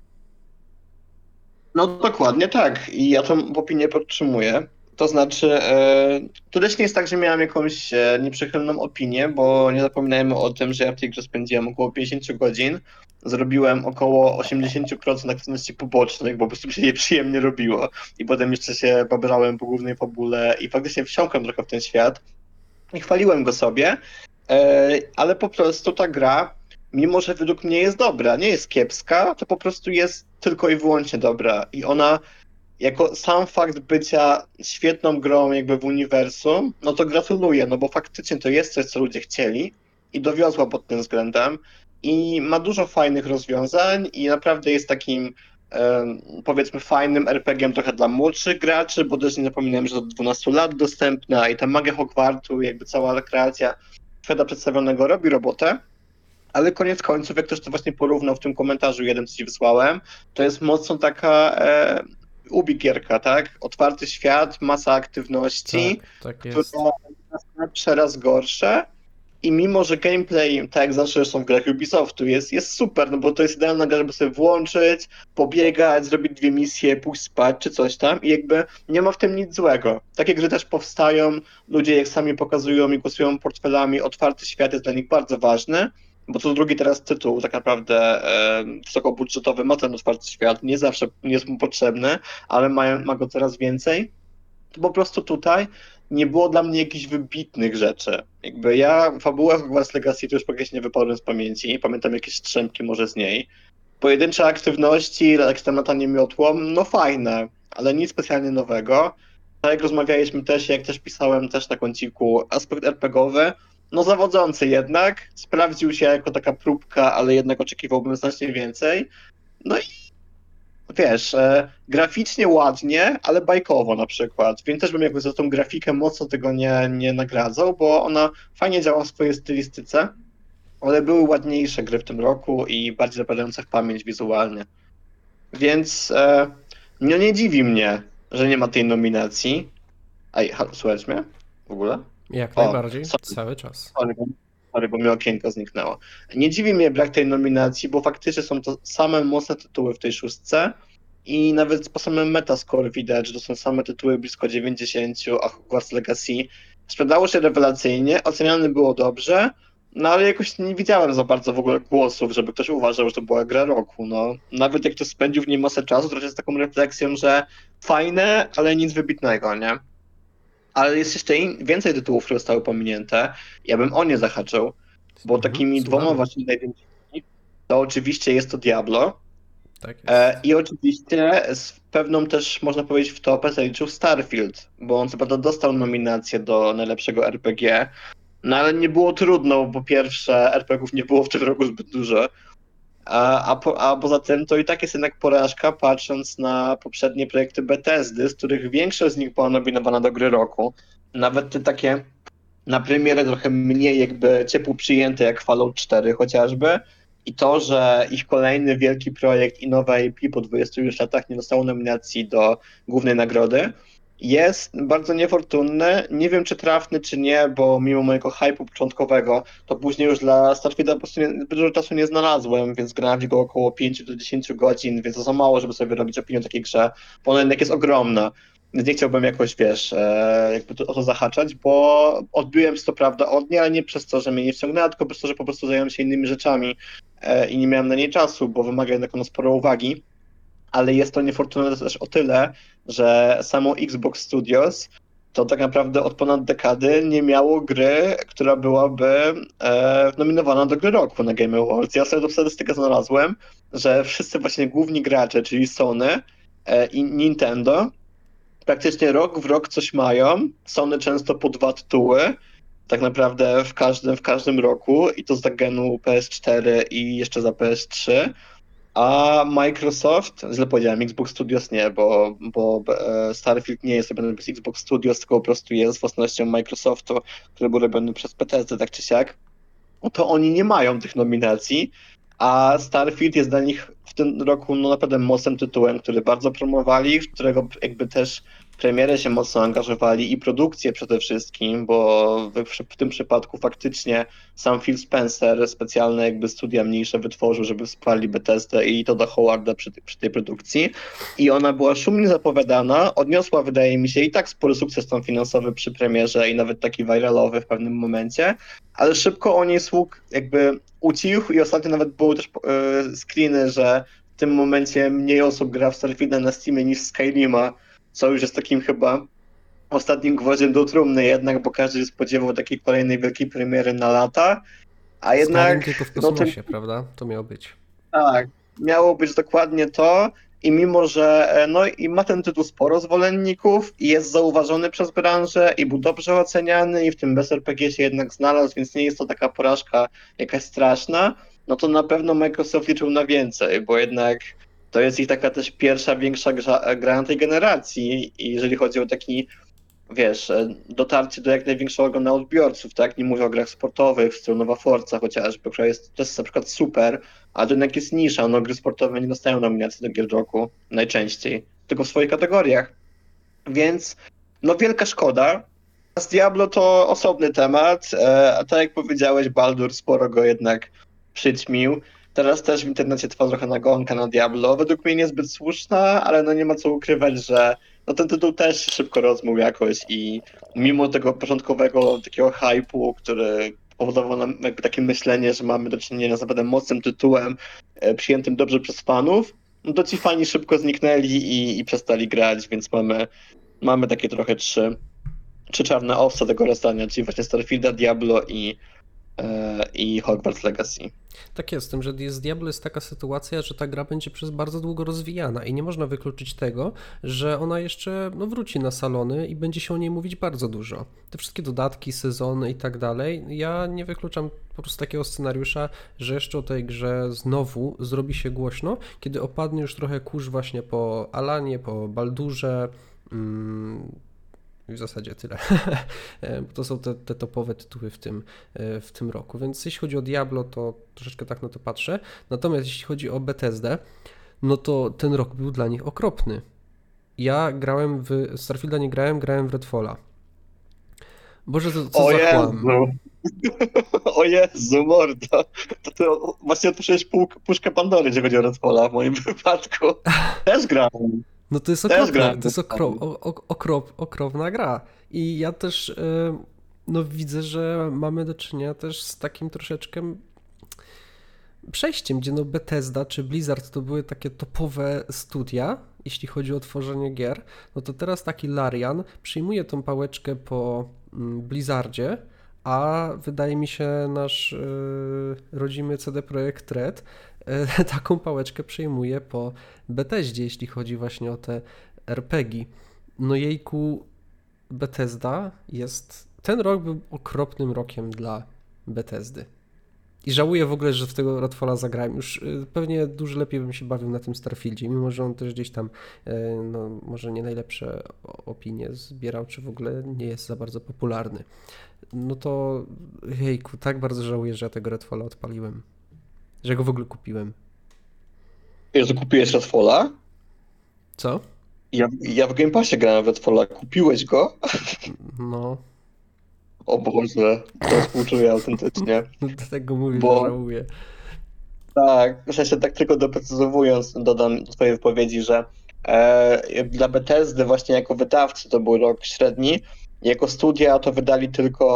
No dokładnie tak. I ja tą opinię podtrzymuję. To znaczy, to też nie jest tak, że miałem jakąś nieprzychylną opinię, bo nie zapominajmy o tym, że ja w tej grze spędziłem około 50 godzin. Zrobiłem około 80% aktywności pobocznych, bo po prostu mi się je przyjemnie robiło. I potem jeszcze się babrałem po głównej fabule i faktycznie wsiąkłem trochę w ten świat. I chwaliłem go sobie, ale po prostu ta gra, mimo że według mnie jest dobra, nie jest kiepska, to po prostu jest tylko i wyłącznie dobra. I ona jako sam fakt bycia świetną grą jakby w uniwersum, no to gratuluję, no bo faktycznie to jest coś, co ludzie chcieli i dowiozła pod tym względem i ma dużo fajnych rozwiązań i naprawdę jest takim powiedzmy fajnym RPG-iem trochę dla młodszych graczy, bo też nie zapominałem, że do 12 lat dostępna i ta magia Hogwartu, jakby cała kreacja świata przedstawionego robi robotę. Ale koniec końców, jak ktoś to właśnie porównał w tym komentarzu jeden, co ci wysłałem, to jest mocno taka Ubi gierka, tak? Otwarty świat, masa aktywności, Tak które jest. raz lepsze, raz gorsze. I mimo, że gameplay, tak jak zawsze są w grach Ubisoftu, jest super, no bo to jest idealna gra, żeby sobie włączyć, pobiegać, zrobić 2 misje, pójść spać czy coś tam i jakby nie ma w tym nic złego. Takie gry też powstają, ludzie jak sami pokazują i głosują portfelami, otwarty świat jest dla nich bardzo ważny, bo co drugi teraz tytuł tak naprawdę wysokobudżetowy ma ten otwarty świat, nie zawsze jest mu potrzebny, ale ma go coraz więcej. To po prostu tutaj nie było dla mnie jakichś wybitnych rzeczy. Jakby ja fabułę Hogwarts Legacy to już praktycznie nie wyparłem z pamięci, pamiętam jakieś strzępki może z niej. Pojedyncze aktywności, jakieś tam latanie miotłą, no fajne, ale nic specjalnie nowego. Tak jak rozmawialiśmy też, jak też pisałem też na kąciku, aspekt RPGowy, no zawodzący jednak, sprawdził się jako taka próbka, ale jednak oczekiwałbym znacznie więcej. No i wiesz, graficznie ładnie, ale bajkowo na przykład, więc też bym jakby za tą grafikę mocno tego nie nagradzał, bo ona fajnie działa w swojej stylistyce, ale były ładniejsze gry w tym roku i bardziej zapadające w pamięć wizualnie. Więc no nie dziwi mnie, że nie ma tej nominacji. Ej, słuchajcie mnie w ogóle? Jak O, najbardziej, cały czas. sorry, bo mi okienko zniknęło. Nie dziwi mnie brak tej nominacji, bo faktycznie są to same mocne tytuły w tej szóstce i nawet po samym Metascore widać, że to są same tytuły blisko 90, a Hogwarts Legacy sprzedało się rewelacyjnie, oceniane było dobrze, no ale jakoś nie widziałem za bardzo w ogóle głosów, żeby ktoś uważał, że to była gra roku. No. Nawet jak ktoś spędził w niej masę czasu, to jest taką refleksją, że fajne, ale nic wybitnego, nie? Ale jest jeszcze więcej tytułów, które zostały pominięte. Ja bym o nie zahaczył, bo takimi dwoma Słuchamy. właśnie największymi to oczywiście jest to Diablo Tak jest. i oczywiście z pewną też, można powiedzieć, wtopę zaliczył Starfield, bo on co prawda dostał nominację do najlepszego RPG, no ale nie było trudno, bo po pierwsze RPGów nie było w tym roku zbyt dużo, a poza tym to i tak jest jednak porażka, patrząc na poprzednie projekty Bethesdy, z których większość z nich była nominowana do gry roku. Nawet te takie na premierę trochę mniej jakby ciepło przyjęte, jak Fallout 4 chociażby. I to, że ich kolejny wielki projekt i nowe IP po 20 już latach nie dostało nominacji do głównej nagrody, jest bardzo niefortunny. Nie wiem, czy trafny, czy nie, bo mimo mojego hype'u początkowego, to później już dla Starfielda po prostu zbyt dużo czasu nie znalazłem, więc grałem w go około 5 do 10 godzin, więc to za mało, żeby sobie robić opinię o takiej grze, bo ona jednak jest ogromna. Więc nie chciałbym jakoś, wiesz, jakby o to zahaczać, bo odbiłem się to prawda od niej, ale nie przez to, że mnie nie wciągnęła, tylko przez to, że po prostu zająłem się innymi rzeczami i nie miałem na niej czasu, bo wymaga jednak ono sporo uwagi. Ale jest to niefortunne też o tyle, że samo Xbox Studios to tak naprawdę od ponad dekady nie miało gry, która byłaby nominowana do gry roku na Game Awards. Ja sobie to statystykę znalazłem, że wszyscy właśnie główni gracze, czyli Sony i Nintendo, praktycznie rok w rok coś mają. Sony często po 2 tytuły, tak naprawdę w każdym roku i to za genu PS4 i jeszcze za PS3. A Microsoft, źle powiedziałem, Xbox Studios nie, bo Starfield nie jest robiony przez Xbox Studios, tylko po prostu jest własnością Microsoftu, który był robiony przez Bethesdę, tak czy siak. No to oni nie mają tych nominacji, a Starfield jest dla nich w tym roku no naprawdę mocnym tytułem, który bardzo promowali, w którego jakby też premiery się mocno angażowali i produkcję przede wszystkim, bo w tym przypadku faktycznie sam Phil Spencer specjalne jakby studia mniejsze wytworzył, żeby wsparli Bethesdę i Todda Howarda przy tej produkcji i ona była szumnie zapowiadana, odniosła wydaje mi się i tak spory sukces tam finansowy przy premierze i nawet taki viralowy w pewnym momencie, ale szybko o niej sług jakby ucichł i ostatnio nawet były też screeny, że w tym momencie mniej osób gra w Starfielda na Steamie niż Skyrima, co już jest takim chyba ostatnim gwoździem do trumny jednak, bo każdy się spodziewał takiej kolejnej wielkiej premiery na lata, a Skyrim jednak tylko w no tym kosmosie, prawda? To miało być. tak, miało być dokładnie to i mimo, że no i ma ten tytuł sporo zwolenników i jest zauważony przez branżę i był dobrze oceniany i w tym BSRPG się jednak znalazł, więc nie jest to taka porażka jakaś straszna, no to na pewno Microsoft liczył na więcej, bo jednak to jest ich taka też pierwsza większa gra na tej generacji i jeżeli chodzi o taki, wiesz, dotarcie do jak największego grona odbiorców, tak? Nie mówię o grach sportowych, w stylu Nowa Forza chociażby, która jest też na przykład super, ale to jednak jest nisza, no gry sportowe nie dostają nominacji do Gier Roku najczęściej, tylko w swoich kategoriach. Więc no wielka szkoda. Z Diablo to osobny temat, a tak jak powiedziałeś, Baldur sporo go jednak przyćmił. Teraz też w internecie trwa trochę nagonka na Diablo. Według mnie niezbyt słuszna, ale no nie ma co ukrywać, że no ten tytuł też się szybko rozmył jakoś i mimo tego początkowego takiego hype'u, który powodował nam jakby takie myślenie, że mamy do czynienia z naprawdę mocnym tytułem, przyjętym dobrze przez fanów, no to ci fani szybko zniknęli i przestali grać, więc mamy takie trochę trzy czarne owce tego rozdania, czyli właśnie Starfielda, Diablo i Hogwarts Legacy. Tak jest, z tym, że z Diablo jest taka sytuacja, że ta gra będzie przez bardzo długo rozwijana i nie można wykluczyć tego, że ona jeszcze wróci na salony i będzie się o niej mówić bardzo dużo. Te wszystkie dodatki, sezony i tak dalej, ja nie wykluczam po prostu takiego scenariusza, że jeszcze o tej grze znowu zrobi się głośno, kiedy opadnie już trochę kurz właśnie po Alanie, po Baldurze, w zasadzie tyle. To są te topowe tytuły w tym roku. Więc jeśli chodzi o Diablo, to troszeczkę tak na to patrzę. Natomiast jeśli chodzi o Bethesdę, no to ten rok był dla nich okropny. Ja grałem w Starfielda, nie grałem w Redfalla. Boże, co za kłam. O Jezu, mordo. Ty właśnie otworzyłeś puszkę Pandory, jeżeli chodzi o Redfalla w moim wypadku. Też grałem. No to jest okropne, to jest okropna gra. I ja też widzę, że mamy do czynienia też z takim troszeczkę przejściem, gdzie Bethesda czy Blizzard to były takie topowe studia, jeśli chodzi o tworzenie gier, no to teraz taki Larian przyjmuje tą pałeczkę po Blizzardzie, a wydaje mi się nasz rodzimy CD Projekt Red taką pałeczkę przejmuje po Bethesdzie, jeśli chodzi właśnie o te RPG. No jejku, Bethesda ten rok był okropnym rokiem dla Bethesdy. I żałuję w ogóle, że w tego Redfalla zagrałem. Już pewnie dużo lepiej bym się bawił na tym Starfieldzie, mimo że on też gdzieś tam może nie najlepsze opinie zbierał, czy w ogóle nie jest za bardzo popularny. No to jejku, tak bardzo żałuję, że ja tego Redfalla odpaliłem. Że go w ogóle kupiłem. Wiesz, że kupiłeś Redfalla? Co? Ja w Game Passie grałem w Redfalla. Kupiłeś go? No. O Boże, to współczuję autentycznie. Dlatego mówię, że żałuję. Tak, w sensie tak tylko doprecyzowując, dodam do twojej wypowiedzi, że dla Bethesdy właśnie jako wydawcy to był rok średni. Jako studia to wydali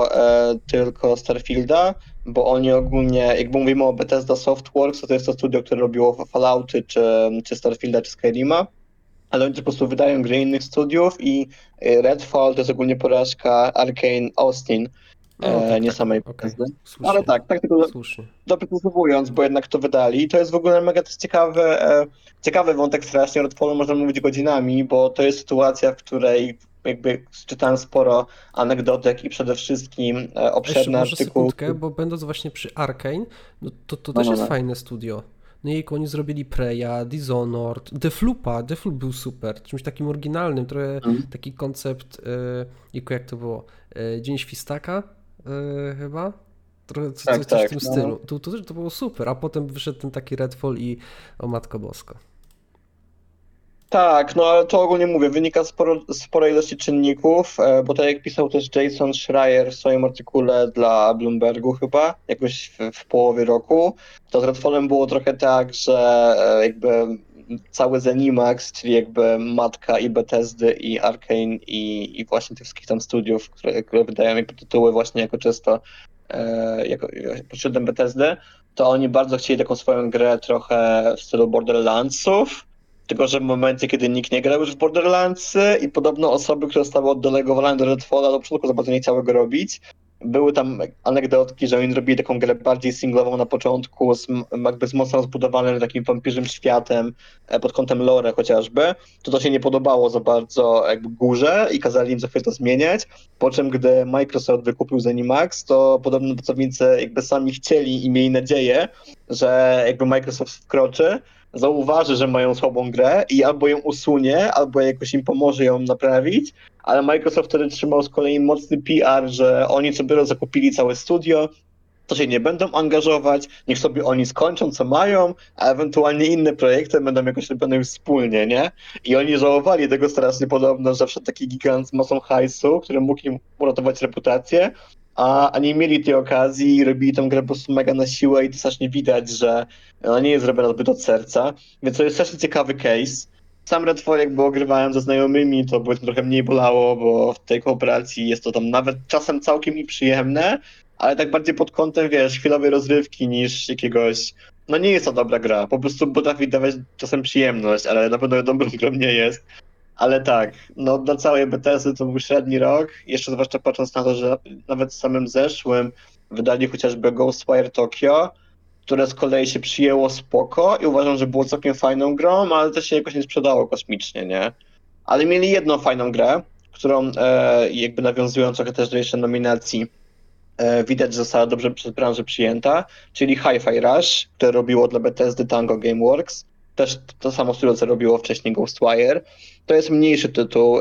tylko Starfielda, bo oni ogólnie, jakby mówimy o Bethesda Softworks, to jest to studio, które robiło Fallouty, czy Starfielda, czy Skyrima, ale oni po prostu wydają gry innych studiów i Redfall to jest ogólnie porażka Arkane Austin, nie samej Bethesdy. Słusznie. Ale tak tylko doprecyzowując, bo jednak to wydali. To jest w ogóle mega też ciekawy wątek strasznie. O Redfallu można mówić godzinami, bo to jest sytuacja, w której jakby czytałem sporo anegdotek i przede wszystkim obszerny artykuł. Sekundkę, bo będąc właśnie przy Arkane, to też jest fajne studio. No i oni zrobili Preya, Dishonored, Deathloop był super, czymś takim oryginalnym, trochę taki koncept, jak to było, Dzień Świstaka chyba? Trochę coś w tym stylu. To było super, a potem wyszedł ten taki Redfall i o Matko Bosko. Tak, no ale to ogólnie mówię, wynika z sporej ilości czynników, bo tak jak pisał też Jason Schreier w swoim artykule dla Bloombergu chyba, jakoś w połowie roku, to z Redfallem było trochę tak, że jakby cały Zenimax, czyli jakby matka i Bethesdy, i Arkane, i właśnie tych wszystkich tam studiów, które wydają jakby tytuły właśnie jako czysto pod szyldem Bethesdy, to oni bardzo chcieli taką swoją grę trochę w stylu Borderlandsów. Tylko że w momencie, kiedy nikt nie grał już w Borderlandsy i podobno osoby, które zostały oddelegowane do Redfalla, do początku za bardzo nie chciały go robić. były tam anegdotki, że oni robili taką grę bardziej singlową na początku, jakby z mocno rozbudowanym takim wampirzym światem pod kątem lore chociażby. To się nie podobało za bardzo jakby górze i kazali im za chwilę to zmieniać. Po czym, gdy Microsoft wykupił ZeniMax, to podobno pracownicy jakby sami chcieli i mieli nadzieję, że jakby Microsoft wkroczy, zauważy, że mają słabą grę i albo ją usunie, albo jakoś im pomoże ją naprawić, ale Microsoft wtedy trzymał z kolei mocny PR, że oni sobie zakupili całe studio, to się nie będą angażować, niech sobie oni skończą, co mają, a ewentualnie inne projekty będą jakoś robione już wspólnie, nie? I oni żałowali tego strasznie podobno, że wszedł taki gigant z mocą hajsu, który mógł im uratować reputację, a nie mieli tej okazji i robili tę grę po prostu mega na siłę i to strasznie widać, że ona nie jest robiona zbyt od serca, więc to jest strasznie ciekawy case. Sam Redfall jakby ogrywałem ze znajomymi, to by trochę mniej bolało, bo w tej kooperacji jest to tam nawet czasem całkiem i przyjemne, ale tak bardziej pod kątem, wiesz, chwilowej rozrywki niż jakiegoś... No nie jest to dobra gra, po prostu potrafi dawać czasem przyjemność, ale na pewno dobrą grą nie jest. Ale tak, no dla całej Bethesdy to był średni rok, jeszcze zwłaszcza patrząc na to, że nawet w samym zeszłym wydali chociażby Ghostwire Tokyo, które z kolei się przyjęło spoko i uważam, że było całkiem fajną grą, ale też się jakoś nie sprzedało kosmicznie, nie? Ale mieli jedną fajną grę, którą jakby nawiązując trochę też do jeszcze nominacji, widać, że została dobrze przez branżę przyjęta, czyli Hi-Fi Rush, które robiło dla Bethesdy Tango Gameworks. Też to samo studio, co robiło wcześniej Ghostwire. To jest mniejszy tytuł,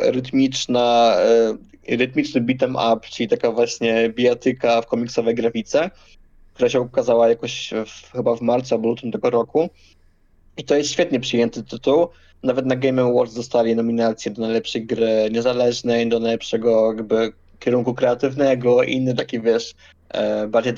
rytmiczny beat'em up, czyli taka właśnie bijatyka w komiksowej grafice, która się ukazała jakoś chyba w marcu albo lutym tego roku. I to jest świetnie przyjęty tytuł. Nawet na Game Awards dostali nominacje do najlepszej gry niezależnej, do najlepszego jakby kierunku kreatywnego i inne takie, wiesz, bardziej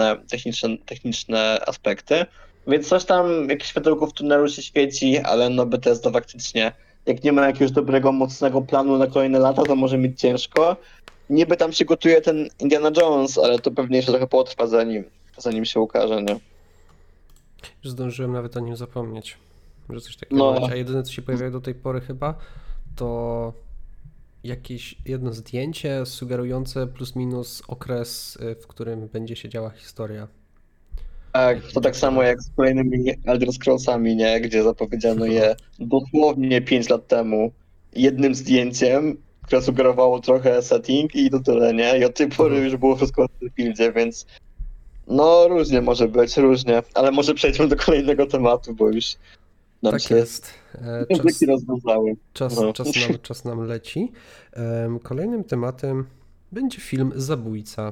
techniczne aspekty. Więc coś tam, jakieś światełko w tunelu się świeci, ale no Bethesda faktycznie, jak nie ma jakiegoś dobrego, mocnego planu na kolejne lata, to może mieć ciężko. Niby tam się gotuje ten Indiana Jones, ale to pewnie jeszcze trochę potrwa zanim się ukaże, nie? Już zdążyłem nawet o nim zapomnieć, że coś takiego No, będzie. A jedyne, co się pojawiało do tej pory chyba, to jakieś jedno zdjęcie sugerujące plus minus okres, w którym będzie się działa historia. tak, to tak samo jak z kolejnymi Elder Scrollsami, nie? Gdzie zapowiedziano je dosłownie 5 lat temu jednym zdjęciem, które sugerowało trochę setting i to tyle, nie? I od tej pory już było wszystko w Battlefieldzie, więc no różnie może być, różnie, ale może przejdźmy do kolejnego tematu, bo już nam Tak się jest. języki rozwiązały. No. Czas nam leci. Kolejnym tematem będzie film Zabójca.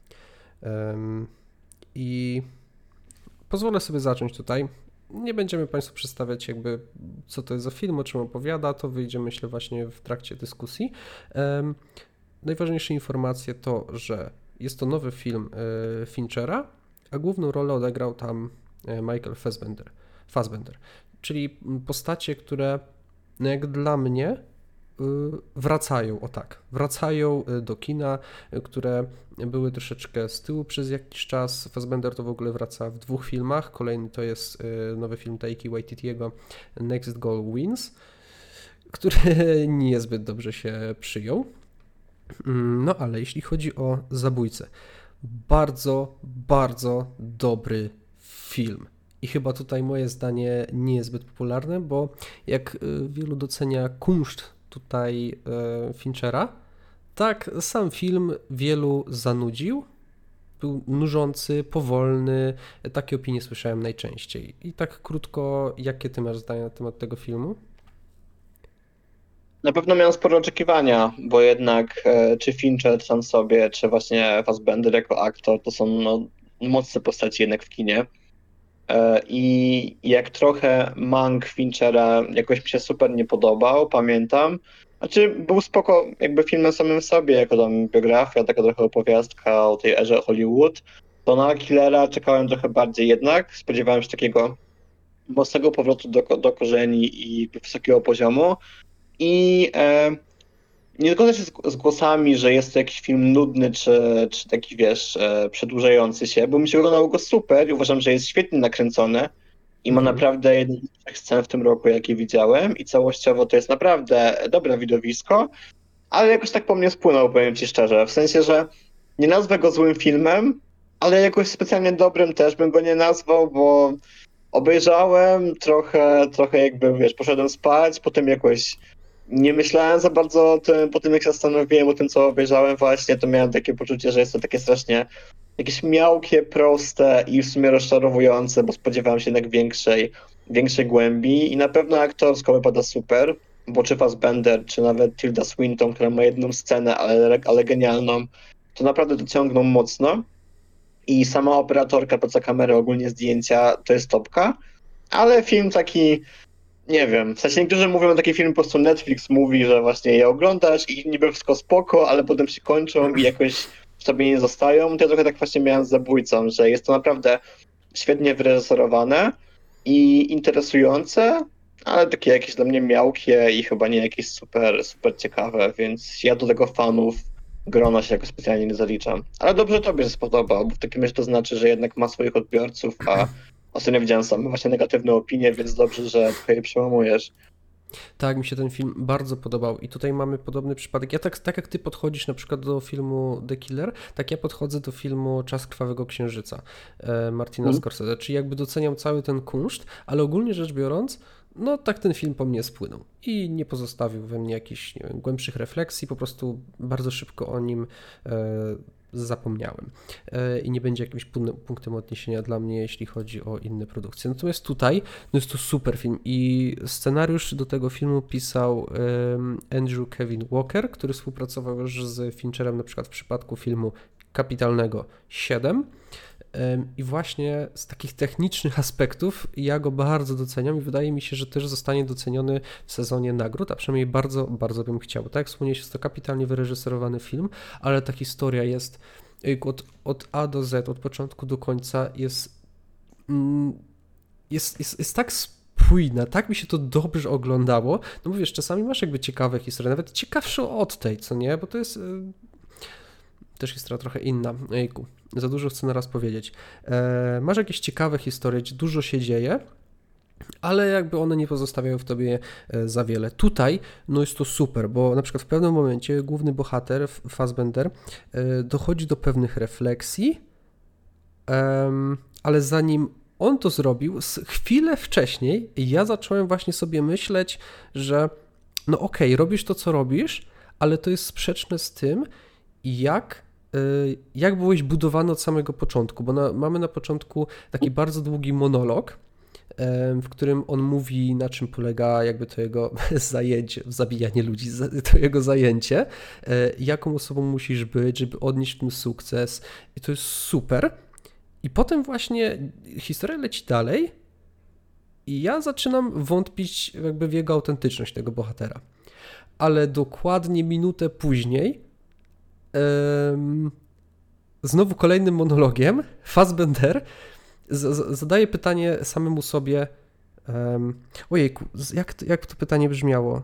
I pozwolę sobie zacząć tutaj. Nie będziemy Państwu przedstawiać jakby co to jest za film, o czym opowiada, to wyjdzie myślę właśnie w trakcie dyskusji. Najważniejsze informacje to, że jest to nowy film Finchera, a główną rolę odegrał tam Michael Fassbender, czyli postacie, które no jak dla mnie wracają do kina, które były troszeczkę z tyłu przez jakiś czas. Fassbender to w ogóle wraca w 2 filmach. Kolejny to jest nowy film Taiki Waititiego Next Goal Wins, który niezbyt dobrze się przyjął. No ale jeśli chodzi o Zabójcę, bardzo, bardzo dobry film. I chyba tutaj moje zdanie nie jest zbyt popularne, bo jak wielu docenia kunszt tutaj Finchera, tak sam film wielu zanudził, był nużący, powolny, takie opinie słyszałem najczęściej. I tak krótko, jakie ty masz zdanie na temat tego filmu? Na pewno miałem spore oczekiwania, bo jednak czy Fincher sam sobie, czy właśnie Fassbender jako aktor, to są no, mocne postaci jednak w kinie. I jak trochę Mank Finchera jakoś mi się super nie podobał, pamiętam. Znaczy był spoko jakby filmem samym w sobie, jako tam biografia, taka trochę opowiastka o tej erze Hollywood. To na Killera czekałem trochę bardziej jednak, spodziewałem się takiego mocnego powrotu do korzeni i wysokiego poziomu. I nie zgodzę się z głosami, że jest to jakiś film nudny, czy taki, wiesz, przedłużający się, bo mi się oglądało go super i uważam, że jest świetnie nakręcony i ma naprawdę jedną z lepszych scen w tym roku, jakie widziałem i całościowo to jest naprawdę dobre widowisko, ale jakoś tak po mnie spłynął, powiem ci szczerze, w sensie, że nie nazwę go złym filmem, ale jakoś specjalnie dobrym też bym go nie nazwał, bo obejrzałem trochę jakby, wiesz, poszedłem spać, potem jakoś nie myślałem za bardzo o tym, po tym jak się zastanowiłem o tym, co obejrzałem właśnie, to miałem takie poczucie, że jest to takie strasznie jakieś miałkie, proste i w sumie rozczarowujące, bo spodziewałem się jednak większej głębi i na pewno aktorsko wypada super, bo czy Fassbender, czy nawet Tilda Swinton, która ma jedną scenę, ale genialną, to naprawdę to ciągną mocno i sama operatorka, praca kamery, ogólnie zdjęcia to jest topka, ale film taki, nie wiem, w sensie niektórzy mówią, taki film po prostu Netflix mówi, że właśnie je oglądasz i niby wszystko spoko, ale potem się kończą i jakoś w sobie nie zostają. To ja trochę tak właśnie miałem z Zabójcą, że jest to naprawdę świetnie wyreżyserowane i interesujące, ale takie jakieś dla mnie miałkie i chyba nie jakieś super ciekawe, więc ja do tego fanów grona się jakoś specjalnie nie zaliczam. Ale dobrze tobie się spodobał, bo w takim razie to znaczy, że jednak ma swoich odbiorców, a ostatnio widziałem same właśnie negatywne opinie, więc dobrze, że trochę je przełamujesz. Tak, mi się ten film bardzo podobał i tutaj mamy podobny przypadek. Ja tak jak ty podchodzisz na przykład do filmu The Killer, tak ja podchodzę do filmu Czas Krwawego Księżyca Martina Mhm. Scorsese, czyli jakby doceniam cały ten kunszt, ale ogólnie rzecz biorąc, no tak ten film po mnie spłynął i nie pozostawił we mnie jakichś, nie wiem, głębszych refleksji, po prostu bardzo szybko o nim zapomniałem i nie będzie jakimś punktem odniesienia dla mnie, jeśli chodzi o inne produkcje. Natomiast tutaj no jest to super film i scenariusz do tego filmu pisał Andrew Kevin Walker, który współpracował już z Fincherem na przykład w przypadku filmu kapitalnego 7. I właśnie z takich technicznych aspektów ja go bardzo doceniam i wydaje mi się, że też zostanie doceniony w sezonie nagród, a przynajmniej bardzo, bardzo bym chciał. Tak jak wspomniałeś, jest to kapitalnie wyreżyserowany film, ale ta historia jest od A do Z, od początku do końca jest tak spójna, tak mi się to dobrze oglądało. No mówisz, czasami masz jakby ciekawe historie, nawet ciekawsze od tej, co nie? Bo to jest też historia trochę inna. Ejku, za dużo chcę naraz powiedzieć. Masz jakieś ciekawe historie, gdzie dużo się dzieje, ale jakby one nie pozostawiają w tobie za wiele. Tutaj no jest to super, bo na przykład w pewnym momencie główny bohater, Fassbender, dochodzi do pewnych refleksji, ale zanim on to zrobił, chwilę wcześniej ja zacząłem właśnie sobie myśleć, że no okej, robisz to, co robisz, ale to jest sprzeczne z tym, jak byłeś budowany od samego początku, bo mamy na początku taki bardzo długi monolog, w którym on mówi, na czym polega jakby to jego zajęcie, zabijanie ludzi, to jego zajęcie, jaką osobą musisz być, żeby odnieść ten sukces i to jest super. I potem właśnie historia leci dalej i ja zaczynam wątpić jakby w jego autentyczność tego bohatera. Ale dokładnie minutę później znowu kolejnym monologiem Fassbender zadaje pytanie samemu sobie ojejku, jak to pytanie brzmiało?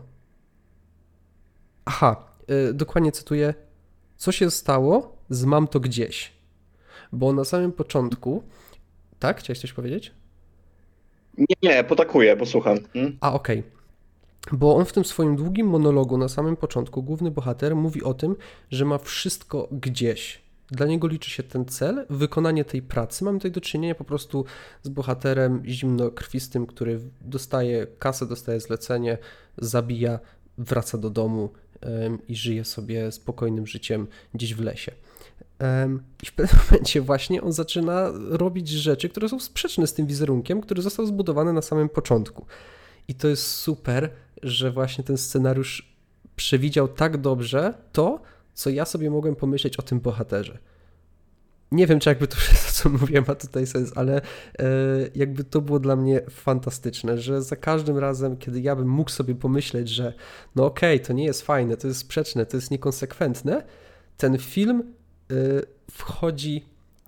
Aha, dokładnie cytuję. Co się stało z mam to gdzieś? Bo na samym początku... Tak? Chciałeś coś powiedzieć? Nie, potakuję, posłucham. Okej. Bo on w tym swoim długim monologu na samym początku, główny bohater mówi o tym, że ma wszystko gdzieś. Dla niego liczy się ten cel, wykonanie tej pracy. Mamy tutaj do czynienia po prostu z bohaterem zimnokrwistym, który dostaje kasę, dostaje zlecenie, zabija, wraca do domu i żyje sobie spokojnym życiem gdzieś w lesie. I w pewnym momencie właśnie on zaczyna robić rzeczy, które są sprzeczne z tym wizerunkiem, który został zbudowany na samym początku. I to jest super, że właśnie ten scenariusz przewidział tak dobrze to, co ja sobie mogłem pomyśleć o tym bohaterze. Nie wiem, czy jakby to wszystko, co mówiłem, ma tutaj sens, ale jakby to było dla mnie fantastyczne, że za każdym razem, kiedy ja bym mógł sobie pomyśleć, że no okej, to nie jest fajne, to jest sprzeczne, to jest niekonsekwentne, ten film wchodzi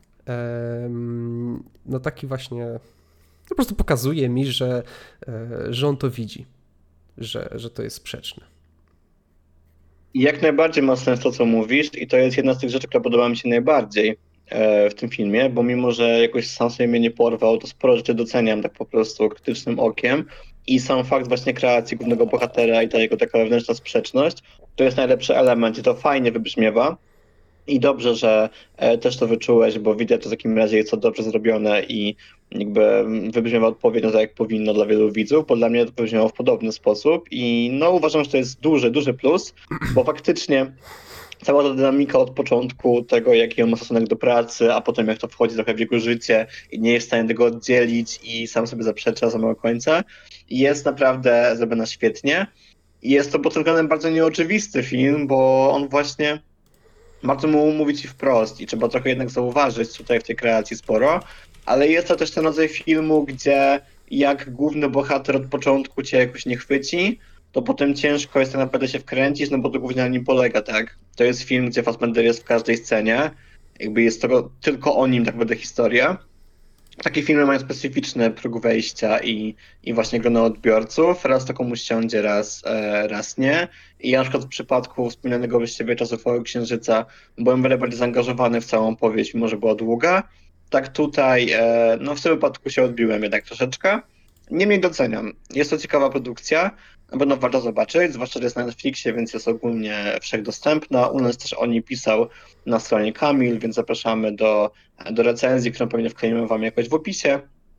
no taki właśnie, po prostu pokazuje mi, że on to widzi, że to jest sprzeczne. I jak najbardziej ma sens to, co mówisz, i to jest jedna z tych rzeczy, która podoba mi się najbardziej w tym filmie, bo mimo, że jakoś sam sobie mnie nie porwał, to sporo rzeczy doceniam tak po prostu krytycznym okiem i sam fakt właśnie kreacji głównego bohatera i ta jego taka wewnętrzna sprzeczność, to jest najlepszy element i to fajnie wybrzmiewa. I dobrze, że też to wyczułeś, bo widać, że w takim razie jest to dobrze zrobione i jakby wybrzmiewa odpowiednio tak, jak powinno dla wielu widzów, bo dla mnie to wybrzmiało w podobny sposób i no uważam, że to jest duży, duży plus, bo faktycznie cała ta dynamika od początku tego, jaki on ma stosunek do pracy, a potem jak to wchodzi trochę w jego życie i nie jest w stanie tego oddzielić i sam sobie zaprzecza z samego końca, jest naprawdę zrobiona świetnie. I jest to pod tym względem bardzo nieoczywisty film, bo on właśnie bardzo mu mówi ci wprost i trzeba trochę jednak zauważyć tutaj w tej kreacji sporo, ale jest to też ten rodzaj filmu, gdzie jak główny bohater od początku cię jakoś nie chwyci, to potem ciężko jest tak naprawdę się wkręcić, no bo to głównie na nim polega, tak? To jest film, gdzie Fassbender jest w każdej scenie, jakby jest tylko o nim tak naprawdę historia. Takie filmy mają specyficzny próg wejścia i właśnie grono odbiorców. Raz to komuś siądzie, raz nie. I ja na przykład w przypadku wspomnianego przez Ciebie Czasowego Księżyca byłem wiele bardziej zaangażowany w całą powieść, mimo że była długa. Tak tutaj, no w tym wypadku się odbiłem jednak troszeczkę. Niemniej doceniam. Jest to ciekawa produkcja. Na pewno warto zobaczyć, zwłaszcza, że jest na Netflixie, więc jest ogólnie wszechdostępna. U nas też o niej pisał na stronie Kamil, więc zapraszamy do recenzji, którą pewnie wklejemy wam jakoś w opisie.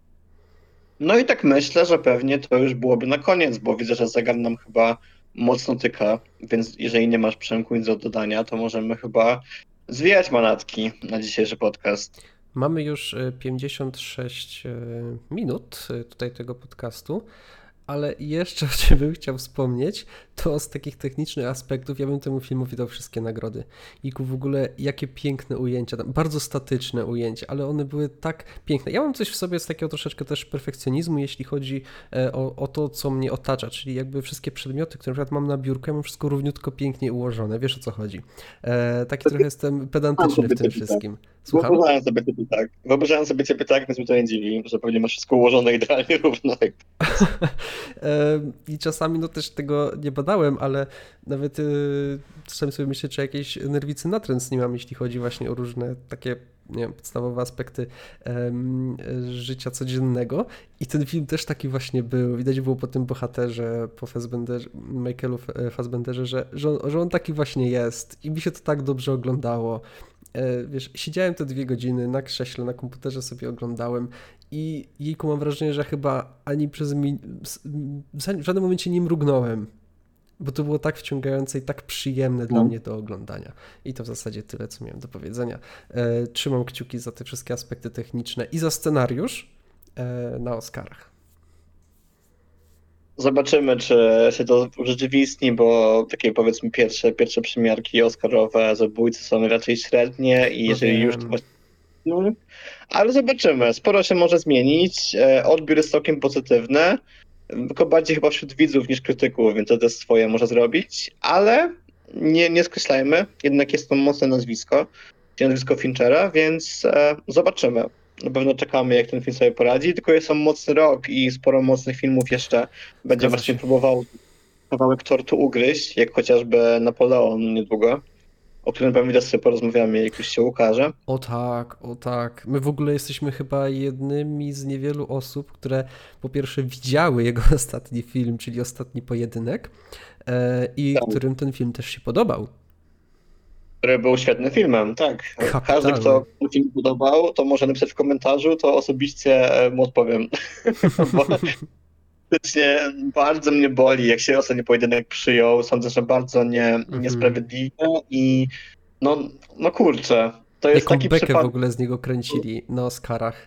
No i tak myślę, że pewnie to już byłoby na koniec, bo widzę, że zegar nam chyba mocno tyka, więc jeżeli nie masz, Przemku, nic do dodania, to możemy chyba zwijać manatki na dzisiejszy podcast. Mamy już 56 minut tutaj tego podcastu, ale jeszcze o czym bym chciał wspomnieć, to z takich technicznych aspektów ja bym temu filmowi dał wszystkie nagrody. I w ogóle jakie piękne ujęcia, bardzo statyczne ujęcia, ale one były tak piękne. Ja mam coś w sobie z takiego troszeczkę też perfekcjonizmu, jeśli chodzi o to, co mnie otacza, czyli jakby wszystkie przedmioty, które na przykład mam na biurku, ja mam wszystko równiutko pięknie ułożone, wiesz o co chodzi. Taki trochę jestem pedantyczny w tym wszystkim. Słucham? Wyobrażałem sobie ciebie tak, więc mnie to nie dziwi, że pewnie masz wszystko ułożone idealnie równo. I czasami no też tego nie badałem, ale nawet czasami sobie myślę, czy jakieś nerwicy natręt nie mam, jeśli chodzi właśnie o różne takie, nie wiem, podstawowe aspekty życia codziennego. I ten film też taki właśnie był. Widać było po tym bohaterze, po Fassbenderze, Michaelu Fassbenderze, że on taki właśnie jest. I mi się to tak dobrze oglądało. Wiesz, siedziałem te 2 godziny na krześle, na komputerze sobie oglądałem i jejku, mam wrażenie, że chyba ani w żadnym momencie nie mrugnąłem, bo to było tak wciągające i tak przyjemne dla mnie do oglądania. I to w zasadzie tyle, co miałem do powiedzenia. Trzymam kciuki za te wszystkie aspekty techniczne i za scenariusz na Oscarach. Zobaczymy, czy się to urzeczywistni, bo takie powiedzmy pierwsze przymiarki oscarowe zabójcy są raczej średnie i No jeżeli już to wiem. właśnie... No, ale zobaczymy. Sporo się może zmienić. Odbiór jest całkiem pozytywny. Tylko bardziej chyba wśród widzów niż krytyków, więc to też swoje może zrobić, ale nie skreślajmy. Jednak jest to mocne nazwisko, czyli nazwisko Finchera, więc zobaczymy. Na pewno czekamy, jak ten film sobie poradzi, tylko jest on mocny rok i sporo mocnych filmów jeszcze będzie Zgadza właśnie się. próbował kawałek tortu ugryźć, jak chociażby Napoleon niedługo, o którym pewnie też sobie porozmawiamy, jak już się ukaże. O tak, o tak. My w ogóle jesteśmy chyba jednymi z niewielu osób, które po pierwsze widziały jego ostatni film, czyli Ostatni Pojedynek, i Tak. którym ten film też się podobał. Który był świetnym filmem, tak. Każdy, Kapitalny. kto mu film podobał, to może napisać w komentarzu, to osobiście mu odpowiem. Bo faktycznie bardzo mnie boli, jak się ostatni pojedynek przyjął. Sądzę, że bardzo Mhm. niesprawiedliwe i no kurczę, to jest Jaką taki bekę w przypadek. ogóle z niego kręcili na Oscarach.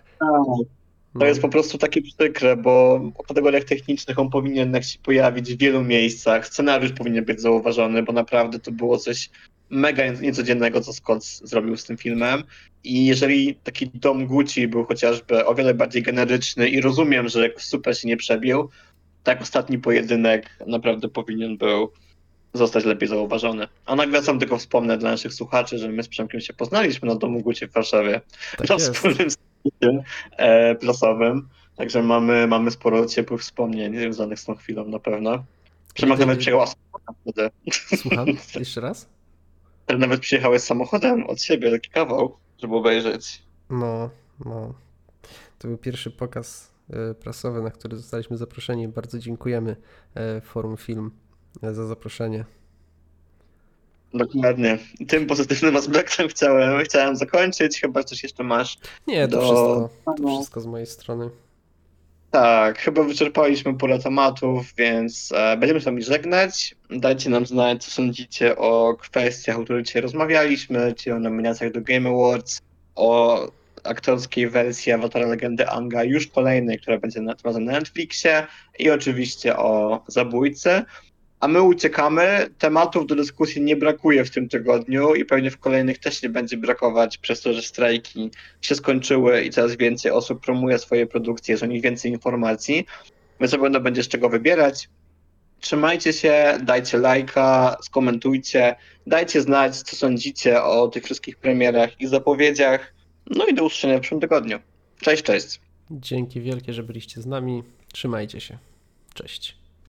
To No, jest po prostu takie przykre, bo o kategoriach technicznych on powinien jednak się pojawić w wielu miejscach. Scenariusz powinien być zauważony, bo naprawdę to było coś mega niecodziennego, co Scott zrobił z tym filmem. I jeżeli taki Dom Gucci był chociażby o wiele bardziej generyczny i rozumiem, że jakoś super się nie przebił, tak ostatni pojedynek naprawdę powinien był zostać lepiej zauważony. A nawiasem tylko wspomnę dla naszych słuchaczy, że my z Przemkiem się poznaliśmy na Domu Gucci w Warszawie tak na jest. wspólnym zdjęciu prasowym. Także mamy sporo ciepłych wspomnień związanych z tą chwilą na pewno. Przemek nawet przyjechał samochodem wtedy. Słucham? Jeszcze raz? Nawet przyjechałeś samochodem od siebie, taki kawał, żeby obejrzeć. No, no. To był pierwszy pokaz prasowy, na który zostaliśmy zaproszeni. Bardzo dziękujemy Forum Film za zaproszenie. Dokładnie. Tym pozytywnym aspektem chciałem zakończyć. Chyba coś jeszcze masz Nie, to do... wszystko. To wszystko z mojej strony. Tak, chyba wyczerpaliśmy pulę tematów, więc będziemy z wami żegnać. Dajcie nam znać, co sądzicie o kwestiach, o których dzisiaj rozmawialiśmy, czyli o nominacjach do Game Awards, o aktorskiej wersji Awatara Legendy Aanga, już kolejnej, która będzie tym razem na Netflixie, i oczywiście o Zabójcy. A my uciekamy. Tematów do dyskusji nie brakuje w tym tygodniu i pewnie w kolejnych też nie będzie brakować, przez to, że strajki się skończyły i coraz więcej osób promuje swoje produkcje, jest o nich więcej informacji. Więc na pewno będzie z czego wybierać. Trzymajcie się, dajcie lajka, skomentujcie, dajcie znać, co sądzicie o tych wszystkich premierach i zapowiedziach. No i do usłyszenia w przyszłym tygodniu. Cześć, cześć. Dzięki wielkie, że byliście z nami. Trzymajcie się. Cześć.